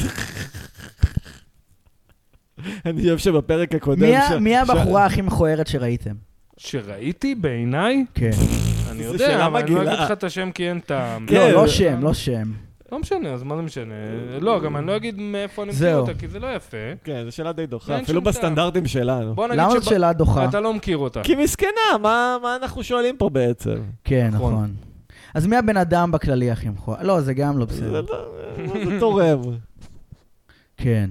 B: אני חושב שבפרק הקודם...
C: מי הבחורה הכי מכוערת שראיתם?
A: שראיתי בעיניי?
C: כן.
A: אני יודע, אבל אני לא אגיד לך את השם כי אין טעם.
C: לא שם.
A: לא משנה, אז מה זה משנה? לא, גם אני לא אגיד מאיפה אני מכיר אותה, כי זה לא יפה.
B: כן, זו שאלה די דוחה, אפילו בסטנדרטים שלנו.
C: למה זו שאלה דוחה?
A: אתה לא מכיר אותה.
B: כי מסכנה, מה אנחנו שואלים פה בעצם?
C: כן, נכון. אז מי הבן אדם בכללי הכי מכוער? לא, זה גם לא בסדר.
B: זה תורם.
C: כן.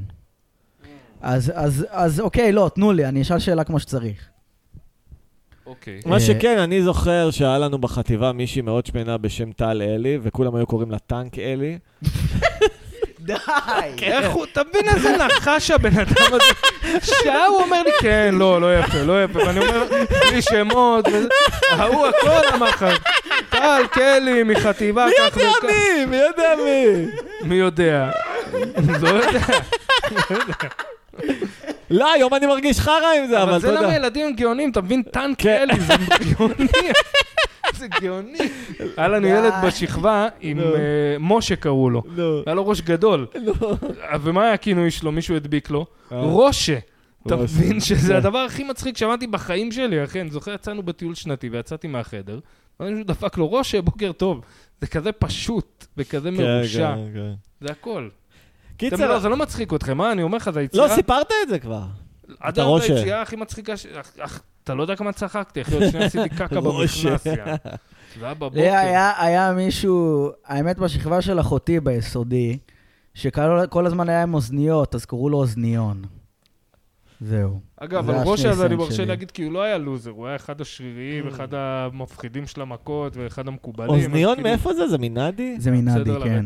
C: אז אוקיי, לא, תנו לי, אני אשאל שאלה כמו שצריך.
A: אוקיי.
B: מה שכן, אני זוכר שהיה לנו בחטיבה מישהי מאוד שמנה בשם טל אלי, וכולם היו קוראים לה טנק אלי.
C: די!
A: איך הוא, תבין איזה נחש הבן אדם הזה. שעה הוא אומר לי, כן, לא יפה, ואני אומר, בלי שמות, ההוא הכל אמר לך, טל, קלי, מחטיבה, כך וכך.
B: מי יודע מי?
A: מי יודע? לא יודע.
B: לא, היום אני מרגיש חרה עם זה, אבל
A: זה למה ילדים גאונים, אתה מבין? טנק אלי, זה גאוני. זה גאוני. היה לנו ילד בשכבה עם משה קראו לו. היה לו ראש גדול. ומה היה הכינוי שלו? מישהו הדביק לו? רושה. אתה מבין שזה הדבר הכי מצחיק שמעתי בחיים שלי, אחי. אני זוכר, יצאנו בטיול שנתי ויצאתי מהחדר. ואני דפק לו, רושה, בוקר טוב. זה כזה פשוט וכזה מרושע. זה הכל. קיצר, זה לא מצחיק אתכם, מה? אני אומר לך, זה היציאה...
B: לא, סיפרת את זה כבר.
A: עד היציאה הכי מצחיקה... אתה לא יודע כמה צחקתי, אחי, עוד שנייה עשיתי קקה במכנס, זה היה בבוקר.
C: היה מישהו, האמת בשכבה של אחותי ביסודי, שכל הזמן היה עם אוזניות, אז קראו לו אוזניון. זהו.
A: אגב, על ראש הזה אני מרשה להגיד, כי הוא לא היה לוזר, הוא היה אחד השריריים, אחד המפחידים של המכות, ואחד המקובלים.
B: אוזניון מאיפה זה? זה מנדי?
C: זה מנדי, כן.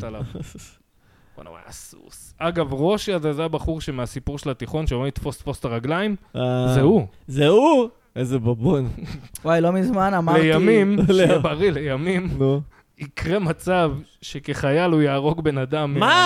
A: בוא נראה, הסוס. אגב, רושי הזה, זה הבחור שמהסיפור של התיכון, שאומר תפוס את הרגליים, זה הוא.
B: זה הוא? איזה בבון.
C: וואי, לא מזמן אמרתי...
A: לימים, שיהיה בריא, לימים, יקרה מצב שכחייל הוא יהרוג בן אדם.
B: מה?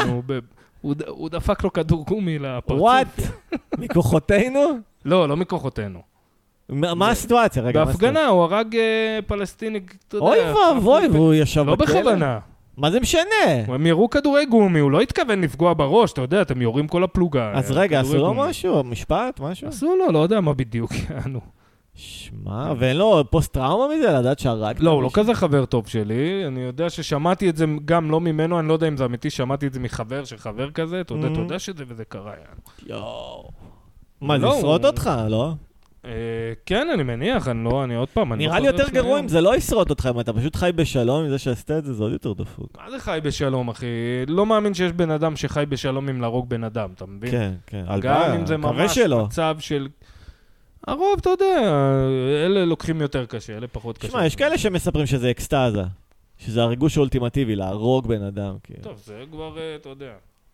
A: הוא דפק לו כדור גומי לפרצוף.
B: וואט? מכוחותינו?
A: לא מכוחותינו.
B: מה הסיטואציה?
A: בהפגנה, הוא הרג פלסטיני, אתה יודע.
B: אוי ואבוי, והוא ישב בכלא.
A: לא בכוונה.
B: מה זה משנה?
A: הם ירו כדורי גומי, הוא לא התכוון לפגוע בראש, אתה יודע, אתם יורים כל הפלוגה.
B: אז רגע, עשו לו משהו? משפט? משהו?
A: עשו לו, לא יודע מה בדיוק, יענו.
B: שמע, ואין לו פוסט-טראומה מזה, לדעת שהרג?
A: לא, הוא לא כזה חבר טוב שלי, אני יודע ששמעתי את זה גם לא ממנו, אני לא יודע אם זה אמיתי, שמעתי את זה מחבר של חבר כזה, אתה יודע שזה וזה קרה, יענו.
B: יואו. מה, זה ישרוט אותך, לא?
A: כן, אני מניח, אני עוד פעם...
B: נראה לי יותר גרוע אם זה לא ישרוט אותך, אם אתה פשוט חי בשלום עם זה שעשת את זה, זה עוד יותר דפוק.
A: מה זה חי בשלום, אחי? לא מאמין שיש בן אדם שחי בשלום עם להרוג בן אדם, אתה מבין?
B: כן, כן.
A: גם אם זה ממש מצב של... הרוב, אתה יודע, אלה לוקחים יותר קשה, אלה פחות קשה.
B: תשמע, יש כאלה שמספרים שזה אקסטאזה, שזה הריגוש האולטימטיבי, להרוג בן אדם.
A: טוב, זה כבר, אתה יודע.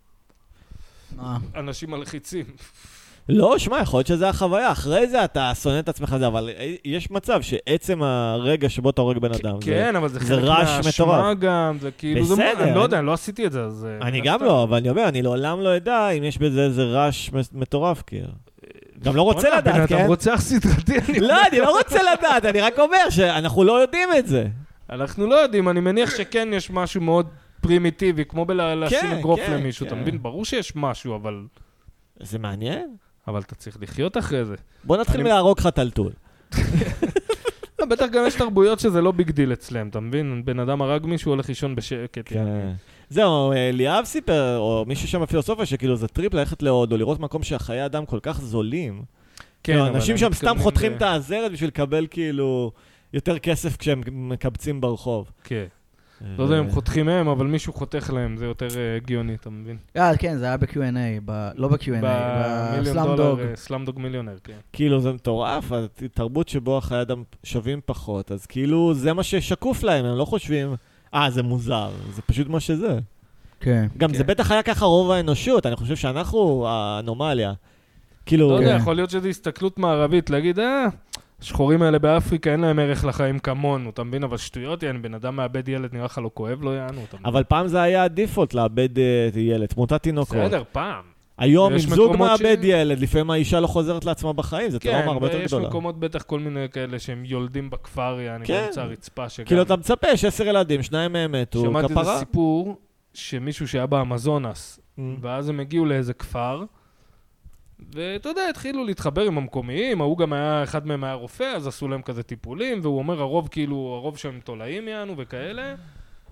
A: אנשים מלחיצים.
B: לא, שמע, יכול להיות שזה החוויה, אחרי זה אתה שונא את עצמך זה, אבל יש מצב שעצם הרגע שבו אתה הורג בן אדם,
A: כן, אבל זה חלק מהאשמה גם, זה כאילו, אני לא יודע, אני לא עשיתי את זה, אז...
B: אני גם לא, אבל אני אומר, אני לעולם לא יודע אם יש בזה איזה רעש מטורף, כאילו. גם לא רוצה לדעת, כן?
A: אתה רוצח סדרתי,
B: לא, אני לא רוצה לדעת, אני רק אומר שאנחנו לא יודעים את זה.
A: אנחנו לא יודעים, אני מניח שכן יש משהו מאוד פרימיטיבי, כמו בלשים אגרוף למישהו, אתה מבין? ברור שיש משהו, אבל...
B: זה מעניין.
A: אבל אתה צריך לחיות אחרי זה.
B: בוא נתחיל מלהרוג לך טלטול.
A: בטח גם יש תרבויות שזה לא ביג דיל אצלם, אתה מבין? בן אדם הרג מישהו הולך לישון בשקט.
B: זהו, ליאב סיפר, או מישהו שם בפילוסופיה, שכאילו זה טריפ ללכת להודו, לראות מקום שהחיי אדם כל כך זולים. כן, אנשים שם סתם חותכים את העזרת בשביל לקבל כאילו יותר כסף כשהם מקבצים ברחוב.
A: כן. לא יודע אם חותכים מהם, אבל מישהו חותך להם, זה יותר הגיוני, אתה מבין?
C: כן, זה היה ב-Q&A, לא ב-Q&A, בסלאמדוג.
A: סלאמדוג מיליונר, כן.
B: כאילו זה מטורף, התרבות שבו החיי אדם שווים פחות, אז כאילו זה מה ששקוף להם, הם לא חושבים, זה מוזר, זה פשוט מה שזה.
C: כן.
B: גם זה בטח היה ככה רוב האנושות, אני חושב שאנחנו האנומליה. כאילו...
A: לא יודע, יכול להיות שזה הסתכלות מערבית, להגיד, השחורים האלה באפריקה אין להם ערך לחיים כמונו, אתה מבין? אבל שטויות, יעני, בן אדם מאבד ילד, נראה לך לא כואב לו, יענו.
B: אבל פעם זה היה הדיפולט לאבד ילד, תמותת תינוקות.
A: בסדר, פעם.
B: היום אם זוג מאבד ילד, לפעמים האישה לא חוזרת לעצמה בחיים, זה טראומה הרבה יותר גדולה.
A: כן, ויש מקומות בטח כל מיני כאלה שהם יולדים בכפר, יעני, באמצע הרצפה שגם...
B: כאילו אתה מצפה, יש 10 ילדים, 2 מהם מתו, כפרה.
A: שמעתי איזה סיפור שמישהו שהיה באמזונס, ואז הם הגיעו לאיזה כפר, ואתה יודע, התחילו להתחבר עם המקומיים, הוא גם היה, אחד מהם היה רופא, אז עשו להם כזה טיפולים, והוא אומר, הרוב שהם תולעים יענו וכאלה,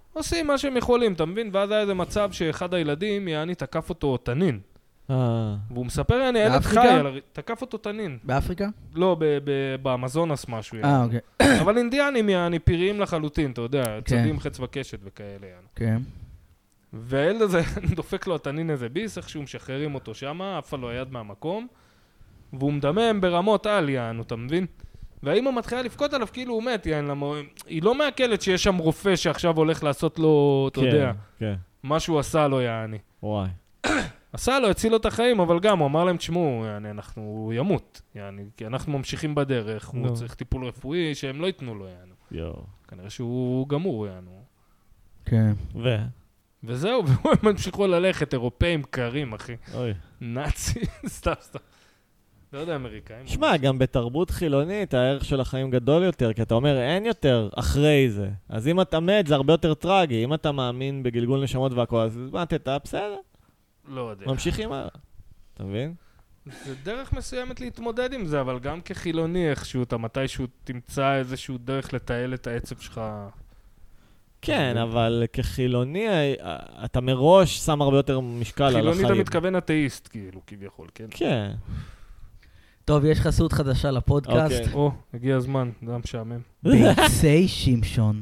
A: עושים מה שהם יכולים, אתה מבין? ואז היה איזה מצב שאחד הילדים, יעני, תקף אותו תנין. והוא מספר, אני ילד חי, תקף אותו תנין.
C: באפריקה?
A: לא, באמזונס משהו.
C: אוקיי.
A: אבל אינדיאנים, יעני, פיריים לחלוטין, אתה יודע, צדים חץ וקשת וכאלה.
C: כן.
A: והילד הזה, דופק לו התנין איזה ביס, איכשהו משחררים אותו שם, אף לו היד מהמקום, והוא מדמם ברמות על, יענו, אתה מבין? והאמא מתחילה לפקוד עליו כאילו הוא מת, היא לא מעכלת שיש שם רופא שעכשיו הולך לעשות לו, אתה יודע, משהו עשה לו, יעני.
B: וואי.
A: עשה לו, הציל לו את החיים, אבל גם הוא אמר להם, תשמעו, הוא ימות, כי אנחנו ממשיכים בדרך, הוא צריך טיפול רפואי שהם לא ייתנו לו, יענו. כנראה שהוא גמור, יענו.
C: כן.
A: וזהו, והם ממשיכו ללכת, אירופאים קרים, אחי. נאצי, סתם. לא יודע, אמריקאים.
B: שמע, גם בתרבות חילונית הערך של החיים גדול יותר, כי אתה אומר, אין יותר אחרי זה. אז אם אתה מת, זה הרבה יותר טרגי. אם אתה מאמין בגלגול נשמות והכל, אז אתה בסדר.
A: לא יודע.
B: ממשיכים הלאה. אתה מבין?
A: זה דרך מסוימת להתמודד עם זה, אבל גם כחילוני איכשהו, אתה מתישהו תמצא איזשהו דרך לתעל את העצב שלך.
B: כן, אבל כחילוני, אתה מראש שם הרבה יותר משקל על החיים.
A: חילוני אתה מתכוון אתאיסט, כאילו, כביכול, כן?
B: כן.
C: טוב, יש חסות חדשה לפודקאסט.
A: הגיע הזמן, זה משעמם.
C: ביצי שמשון.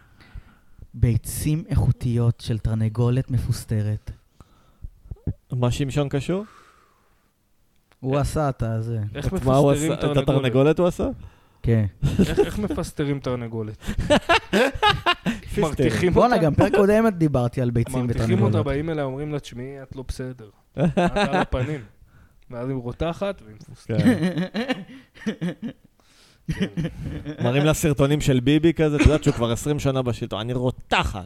C: ביצים איכותיות של תרנגולת מפוסטרת.
B: מה שמשון קשור?
C: הוא עשה את זה.
A: איך מפסטרים תרנגולת?
B: את התרנגולת הוא עשה?
C: כן.
A: איך מפסטרים תרנגולת? מרתיחים אותה.
C: בוא'נה, גם פרק קודמת דיברתי על ביצים ותרנגולת.
A: מרתיחים אותה, באים אליה, אומרים לה, תשמעי, את לא בסדר. את על הפנים. ואז היא רותחת והיא מפוסטרת.
B: מראים לה סרטונים של ביבי כזה, אתה יודעת שהוא כבר 20 שנה בשלטון, אני רותחת.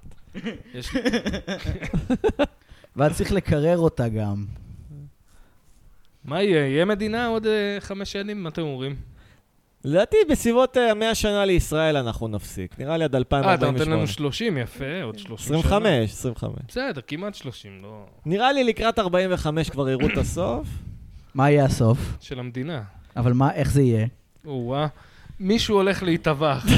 C: ואת צריך לקרר אותה גם.
A: מה יהיה? יהיה מדינה עוד 5 שנים? מה אתם אומרים?
B: לדעתי, בסביבות 100 שנה לישראל אנחנו נפסיק. נראה לי עד 2048.
A: אתה נותן לנו 30, יפה, עוד 30 שנה.
B: 25.
A: בסדר, כמעט 30, לא...
B: נראה לי לקראת 45 כבר יראו את הסוף.
C: מה יהיה הסוף?
A: של המדינה.
C: אבל מה, איך זה יהיה?
A: מישהו הולך להתאבח.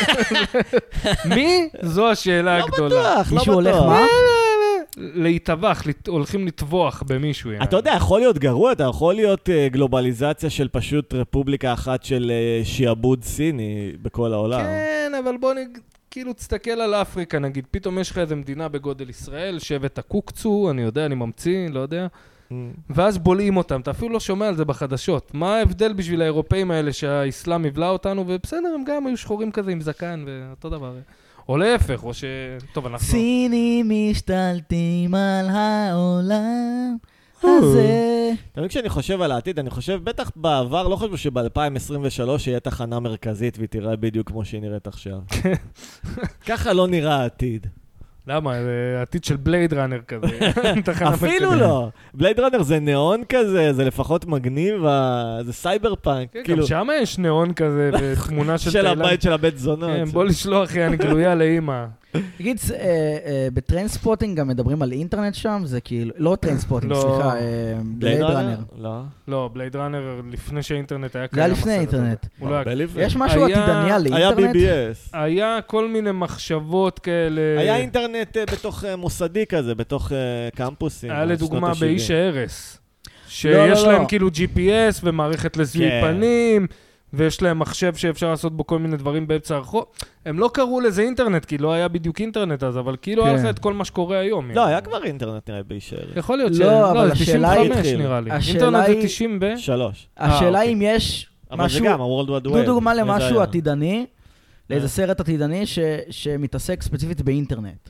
A: מי? זו השאלה הגדולה.
B: לא בטוח.
C: מישהו הולך מה?
A: להתאבח, הולכים לטבוח במישהו.
B: אתה יודע, יכול להיות גרוע, אתה יכול להיות גלובליזציה של פשוט רפובליקה אחת של שיעבוד סיני בכל העולם.
A: כן, אבל בוא כאילו תסתכל על אפריקה, נגיד, פתאום יש לך איזו מדינה בגודל ישראל, שבט הקוקצו, אני יודע, אני ממציא, לא יודע. ואז בולעים אותם, אתה אפילו לא שומע על זה בחדשות. מה ההבדל בשביל האירופאים האלה שהאסלאם יבלע אותנו, ובסדר, הם גם היו שחורים כזה עם זקן, ואותו דבר. או להפך, או ש... טוב, אנחנו...
C: סינים משתלטים על העולם הזה.
B: תמיד כשאני חושב על העתיד, אני חושב, בטח בעבר, לא חושב שב-2023 יהיה תחנה מרכזית והיא תראה בדיוק כמו שהיא נראית עכשיו. ככה לא נראה העתיד.
A: למה? זה עתיד של בלייד ראנר כזה.
B: אפילו לא. בלייד ראנר זה נאון כזה, זה לפחות מגניב, זה סייבר פאנק.
A: גם שם יש נאון כזה, בתמונה של תאילנד.
B: של הבית של הבית זונות.
A: בוא לשלוח, אני גלויה לאמא.
C: תגיד, בטריינספוטינג גם מדברים על אינטרנט שם? זה כאילו, לא טריינספוטינג, סליחה, בלייד ראנר.
A: לא, בלייד ראנר לפני שהאינטרנט היה
C: קיים. זה היה לפני האינטרנט. יש משהו עתידני על
B: אינטרנט? היה BBS.
A: היה כל מיני מחשבות כאלה.
B: היה אינטרנט בתוך מוסדי כזה, בתוך קמפוסים.
A: היה לדוגמה באיש הארס. שיש להם כאילו GPS ומערכת לזיהוי פנים. ויש להם מחשב שאפשר לעשות בו כל מיני דברים באמצע הרחוב. הם לא קראו לזה אינטרנט, כי לא היה בדיוק אינטרנט אז, אבל כאילו היה לך את כל מה שקורה היום.
B: לא, היה כבר אינטרנט נראה בישאר.
A: יכול להיות לא, זה 95 נראה לי. אינטרנט זה 93.
C: השאלה אם יש משהו, דו דוגמה למשהו עתידני, לאיזה סרט עתידני שמתעסק ספציפית באינטרנט.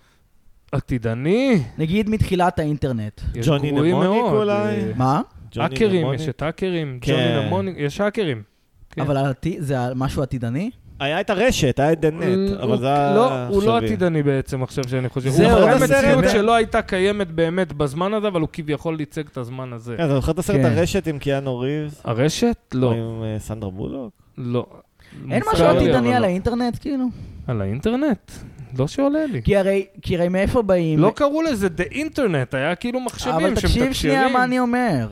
A: עתידני?
C: נגיד מתחילת האינטרנט.
B: ג'וני נמוניק אולי?
C: מה?
A: האקרים, יש את האקרים, ג'וני נמוניק, יש האקרים.
C: אבל זה משהו עתידני?
B: היה את הרשת, היה את דנט, אבל זה
A: לא, הוא לא עתידני בעצם עכשיו שאני חושב. הוא מראה מציאות שלא הייתה קיימת באמת בזמן הזה, אבל הוא כביכול ייצג את הזמן הזה.
B: אתה זוכר את הסרט הרשת עם קיאנו ריבס?
A: הרשת? לא.
B: עם סנדרה בולוק?
A: לא.
C: אין משהו עתידני על האינטרנט כאילו?
A: על האינטרנט? לא שעולה לי.
C: כי הרי מאיפה באים?
A: לא קראו לזה The Internet, היה כאילו מחשבים
C: אבל תקשיב שנייה מה אני אומר.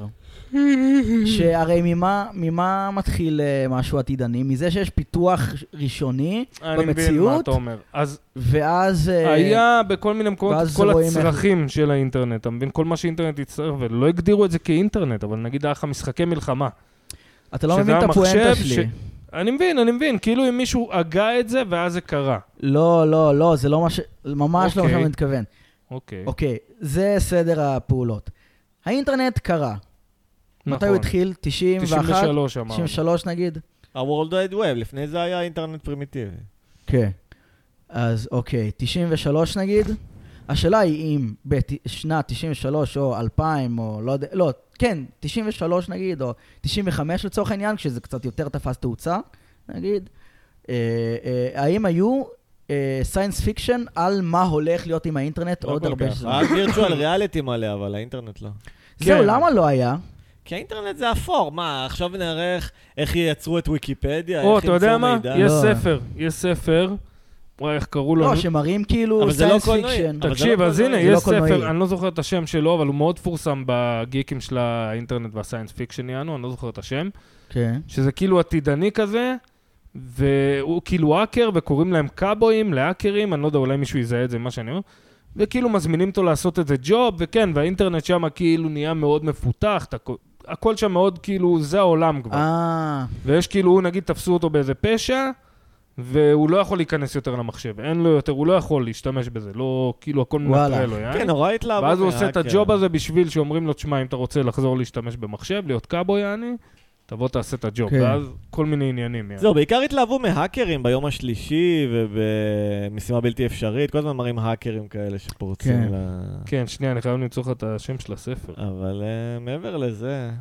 C: שהרי ממה מתחיל משהו עתידני? מזה שיש פיתוח ראשוני במציאות. אני מבין מה
A: אתה אומר.
C: ואז...
A: היה בכל מיני מקומות כל הצרכים של האינטרנט. אתה מבין? כל מה שאינטרנט יצטרך, ולא הגדירו את זה כאינטרנט, אבל נגיד היה לך משחקי מלחמה.
C: אתה לא מבין את הפואנטה שלי.
A: אני מבין. כאילו אם מישהו הגה את זה, ואז זה קרה.
C: לא, זה לא ממש לא מה שאני מתכוון.
A: אוקיי.
C: זה סדר הפעולות. האינטרנט קרה. מתי הוא התחיל? 91?
A: 93 אמרנו.
C: 93 נגיד?
B: ה-World Wide Web, לפני זה היה אינטרנט פרימיטיבי.
C: כן. אז אוקיי, 93 נגיד. השאלה היא אם בשנת 93 או 2000 או לא יודע, לא, כן, 93 נגיד, או 95 לצורך העניין, כשזה קצת יותר תפס תאוצה, נגיד. האם היו סיינס פיקשן על מה הולך להיות עם האינטרנט עוד הרבה שנים?
B: היה וירטואל ריאליטי מלא, אבל האינטרנט לא.
C: זהו, למה לא היה?
B: כי האינטרנט זה אפור, מה, עכשיו נערך איך ייצרו את ויקיפדיה,
A: או, אתה יודע מה? יש ספר, וואי, איך קראו לו?
C: לא, שמראים כאילו סיינס פיקשן.
A: תקשיב, אז הנה, יש ספר, אני לא זוכר את השם שלו, אבל הוא מאוד פורסם בגיקים של האינטרנט והסיינס פיקשן יענו, אני לא זוכר את השם.
C: כן.
A: שזה כאילו עתידני כזה, והוא כאילו האקר, וקוראים להם קאבויים, להאקרים, אני לא יודע, אולי מישהו יזהה את זה, מה שאני אומר. וכאילו מזמינים אותו לעשות את זה ג'וב, וכן, והאינטרנט שם כאילו נהיה מאוד מפותח, הכל שם מאוד כאילו, זה העולם כבר. ויש כאילו, הוא נגיד תפסו אותו באיזה פשע, והוא לא יכול להיכנס יותר למחשב, אין לו יותר, הוא לא יכול להשתמש בזה, לא, כאילו הכל מנטרל לו,
B: כן, נורא התלהבות.
A: ואז הוא עושה את הג'וב הזה בשביל שאומרים לו, תשמע, אם אתה רוצה לחזור להשתמש במחשב, להיות קאבוי יעני, תבוא תעשה את הג'וב, ואז כל מיני עניינים.
B: זהו, בעיקר התלהבו מהאקרים ביום השלישי ובמשימה בלתי אפשרית, כל הזמן מראים האקרים כאלה שפורצים ל...
A: כן, שנייה, אני חייב למצוא לך את השם של הספר.
B: אבל מעבר לזה...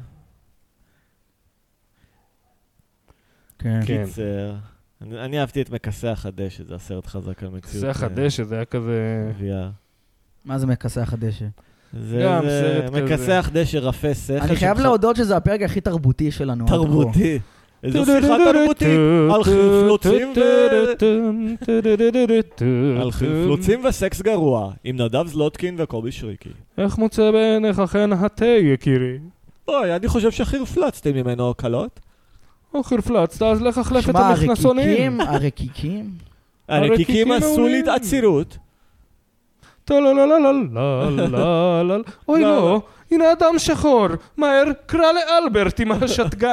C: כן.
B: קיצר. אני אהבתי את מכסח הדשא, זה הסרט חזק על מציאות.
A: מכסח הדשא, זה היה כזה...
C: מה זה מכסח הדשא?
B: זה מכסח דשא רפה שכל.
C: אני חייב להודות שזה הפרק הכי תרבותי שלנו.
B: תרבותי. איזו שיחה תרבותית. על חפלוצים על חפלוצים וסקס גרוע. עם נדב זלוטקין וקובי שריקי.
A: איך מוצא בעיניך אכן התה, יקירי?
B: אוי, אני חושב שחרפלצתם ממנו קלות.
A: או חרפלצת, אז לך החלף את המכנסונים.
B: הרקיקים עשו לי את עצירות.
A: אוי לא, הנה אדם שחור, מהר, קרא לאלברט עם השטגן.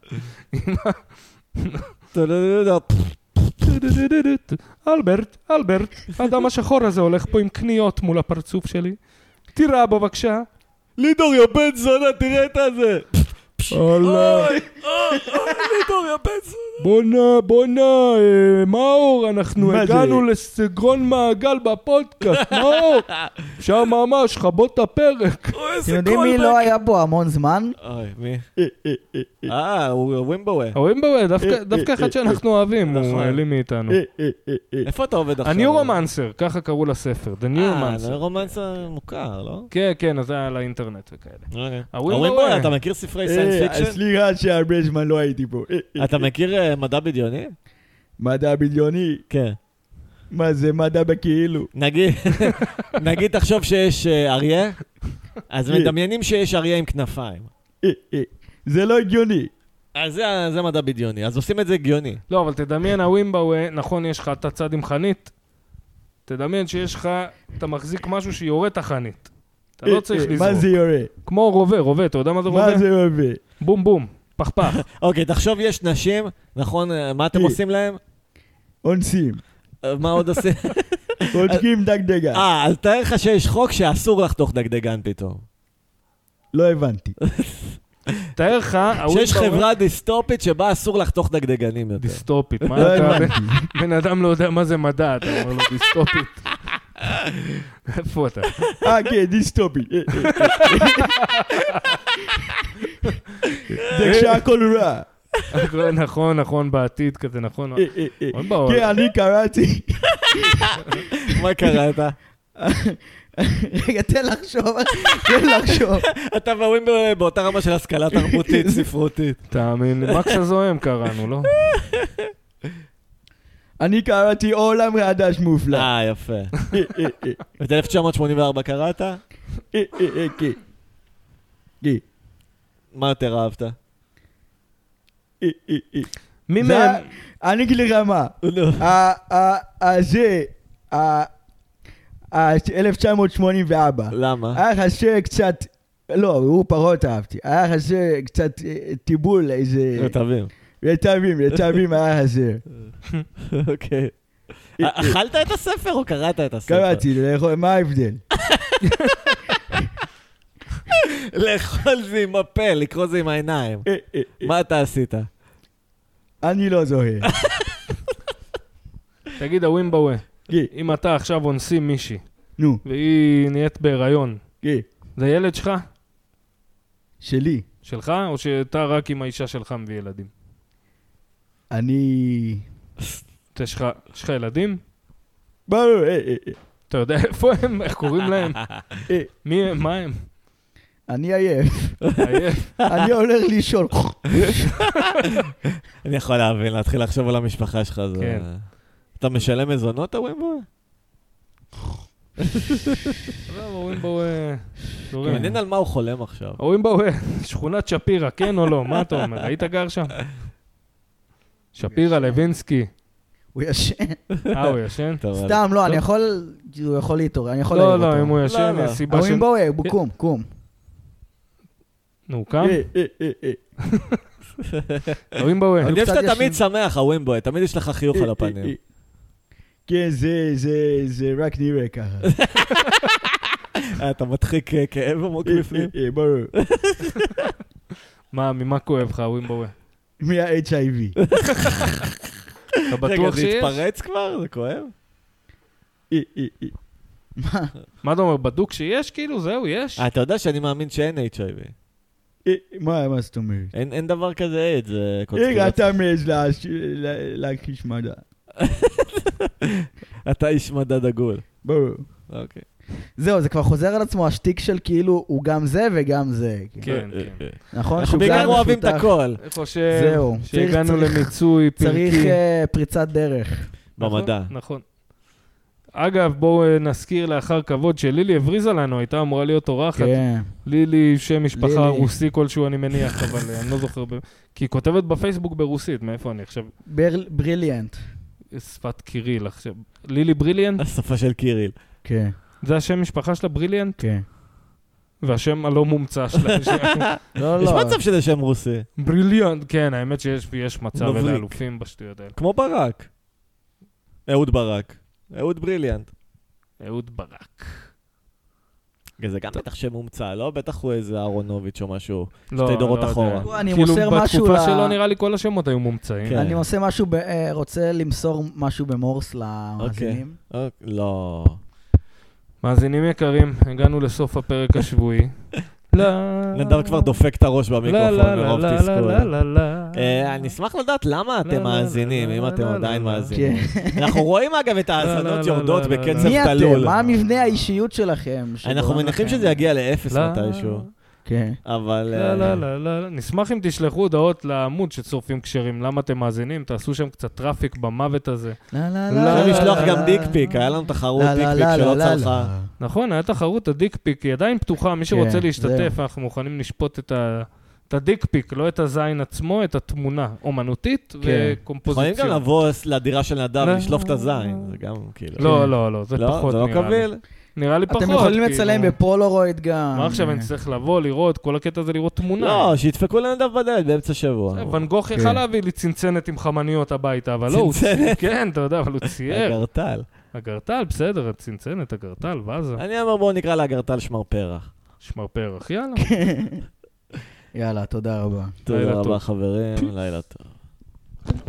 A: אלברט, האדם השחור הזה הולך פה עם קניות מול הפרצוף שלי. תראה בו בבקשה.
B: לידור, יא בן זונה, תראה את הזה.
A: אוי,
B: לידור, יא בן זונה.
A: בונה, מאור, אנחנו הגענו לסגרון מעגל בפודקאסט, מאור. אפשר ממש, חבות הפרק.
C: אתם יודעים מי לא היה פה המון זמן?
B: אוי, מי? ווימבואה.
A: ווימבואה, דווקא אחד שאנחנו אוהבים, הוא העלים מאיתנו.
B: איפה אתה עובד עכשיו?
A: הניורומנסר, ככה קראו לספר, The Neuromancer.
B: הניורומנסר מוכר, לא?
A: כן, אז זה היה לאינטרנט וכאלה.
B: הווימבואה, אתה מכיר ספרי סיינס פיקשן?
C: סליחה שהרבה זמן לא הייתי פה.
B: אתה מכיר מדע בדיוני?
C: מדע בדיוני?
B: כן.
C: מה זה מדע בכאילו?
B: נגיד תחשוב שיש אריה, אז מדמיינים שיש אריה עם כנפיים.
C: זה לא הגיוני.
B: אז זה מדע בדיוני, אז עושים את זה הגיוני.
A: לא, אבל תדמיין, הווימבואה, נכון, יש לך את הצד עם חנית, תדמיין שיש לך, אתה מחזיק משהו שיורה את החנית. אתה לא צריך לזרוק.
C: מה זה יורה?
A: כמו רובה, אתה יודע מה זה רובה?
C: מה זה רובה?
A: בום בום, פחפח.
B: אוקיי, תחשוב יש נשים, נכון, מה אתם עושים להם?
C: אונסים.
B: מה עוד עושים?
C: חותכים דגדגן.
B: אז תאר לך שיש חוק שאסור לחתוך דגדגן פתאום.
C: לא הבנתי.
A: תאר לך...
B: שיש חברה דיסטופית שבה אסור לחתוך דגדגנים יותר.
A: דיסטופית, מה אתה... בן אדם לא יודע מה זה מדע, אתה אומר לו דיסטופית. איפה אתה?
C: כן, דיסטופית. זה כשהכל רע.
A: נכון, בעתיד כזה, נכון.
C: כן, אני קראתי.
B: מה קראת?
C: רגע, תן לחשוב.
B: אתה ואוהים באותה רמה של השכלה תרבותית, ספרותית.
A: תאמין, מקס הזוהם קראנו, לא?
C: אני קראתי עולם חדש מופלא.
B: יפה. את 1984 קראת?
C: כן.
B: מה יותר אהבת?
A: מי מהם?
C: אני אגיד לך מה. זה, 1984.
B: למה?
C: היה חסר קצת, לא, הוא פחות אהבתי. היה חסר קצת טיבול, איזה... רטבים היה חסר.
B: אוקיי. אכלת את הספר או קראת את הספר?
C: קראתי, מה ההבדל?
B: לאכול זה עם הפה, לקרוא זה עם העיניים. מה אתה עשית?
C: אני לא זוהר.
A: תגיד, הווימבאווה, אם אתה עכשיו אונסים מישהי, והיא נהיית בהיריון, זה ילד שלך?
C: שלי.
A: שלך, או שאתה רק עם האישה שלך מביא ילדים?
C: אני...
A: יש לך ילדים?
C: ברור,
A: אתה יודע איפה הם? איך קוראים להם? מי הם? מה הם?
C: אני עייף.
A: עייף?
C: אני הולך לישון.
B: אני יכול להבין, להתחיל לחשוב על המשפחה שלך.
A: כן.
B: אתה משלם מזונות, הווימבאווה?
A: הווימבאווה...
B: מעניין על מה הוא חולם עכשיו.
A: הווימבאווה, שכונת שפירא, כן או לא? מה אתה אומר? היית גר שם? שפירא, לוינסקי.
C: הוא ישן.
A: הוא ישן?
C: סתם, לא, אני יכול... הוא יכול להתעורר, אני יכול
A: להעיר אותו. לא, אם הוא ישן, יש סיבה של...
C: הווימבאווה, קום.
A: נו, קם? הווימבאווה.
B: אני חושב שאתה תמיד שמח, הווימבאווה, תמיד יש לך חיוך על הפנים.
C: כן, זה רק נראה ככה.
B: אתה מדחיק כאב עמוק בפנים?
C: ברור.
A: ממה כואב לך, הווימבאווה?
C: מה-HIV.
A: אתה בטוח שיש?
B: רגע, זה התפרץ כבר? זה כואב?
A: מה אתה אומר, בדוק שיש כאילו? זהו, יש?
B: אתה יודע שאני מאמין שאין HIV.
C: מה זאת אומרת?
B: אין דבר כזה עד, זה קונספירציה.
C: רגע, אתה מעז להכחיש מדע.
B: אתה איש מדע דגול.
C: ברור.
B: אוקיי.
C: זהו, זה כבר חוזר על עצמו, השטיק של כאילו, הוא גם זה וגם זה.
A: כן.
C: נכון?
B: אנחנו בעיקר אוהבים את הכל.
A: אני חושב שהגענו למיצוי פרקי.
C: צריך פריצת דרך.
B: במדע.
A: נכון. אגב, בואו נזכיר לאחר כבוד שלילי הבריזה לנו, הייתה אמורה להיות אורחת. לילי, שם משפחה רוסי כלשהו אני מניח, אבל אני לא זוכר. כי היא כותבת בפייסבוק ברוסית, מאיפה אני עכשיו?
C: בריליאנט.
A: שפת קיריל עכשיו. לילי בריליאנט?
B: השפה של קיריל.
C: כן.
A: זה השם משפחה שלה בריליאנט?
C: כן.
A: והשם הלא מומצא שלה.
B: יש מצב שזה שם רוסי.
A: בריליאנט, כן, האמת שיש מצב אלה אלופים בשטויות האלה.
B: כמו ברק. אהוד ברק. אהוד בריליאנט.
A: אהוד ברק.
B: זה גם בטח שם מומצא, לא? בטח הוא איזה אהרונוביץ' או משהו. שתי דורות אחורה.
C: כאילו
A: בתקופה שלו נראה לי כל השמות היו מומצאים.
C: אני עושה משהו, רוצה למסור משהו במורס למאזינים.
B: לא.
A: מאזינים יקרים, הגענו לסוף הפרק השבועי.
B: נדב כבר דופק את הראש במיקרופון מרוב תסכול. אני אשמח לדעת למה אתם מאזינים, אם אתם עדיין מאזינים. אנחנו רואים אגב את האזנות יורדות בקצב תלול.
C: מי אתם? מה המבנה האישיות שלכם?
B: אנחנו מניחים שזה יגיע לאפס מתישהו.
C: כן.
B: אבל...
A: לא. נשמח אם תשלחו הודעות לעמוד שצורפים קשרים. למה אתם מאזינים? תעשו שם קצת טראפיק במוות הזה.
B: אפשר לשלוח גם דיק פיק. היה לנו תחרות דיק פיק שלא צלחה.
A: נכון, היה תחרות הדיק פיק. היא עדיין פתוחה. מי שרוצה להשתתף, אנחנו מוכנים לשפוט את הדיק פיק, לא את הזין עצמו, את התמונה אומנותית וקומפוזיציון.
B: יכולים גם לבוא לדירה של נדב, לשלוף את הזין. זה גם כאילו...
A: לא, זה פחות
B: נראה לי. זה לא קביל?
A: נראה לי פחות.
C: אתם יכולים לצלם בפולרויד גם.
A: מה עכשיו, אני צריך לבוא, לראות, כל הקטע זה לראות תמונה.
B: לא, שידפקו לנדב בדלת באמצע שבוע.
A: ון גוך יכל להביא לי צנצנת עם חמניות הביתה, אבל לא,
B: צנצנת?
A: כן, אתה יודע, אבל הוא צייר.
B: הגרטל.
A: הגרטל, בסדר, הצנצנת, הגרטל, וזה.
B: אני אומר, בואו נקרא להגרטל שמר פרח.
A: שמר פרח, יאללה.
C: יאללה, תודה רבה.
B: תודה רבה חברים, לילה טוב.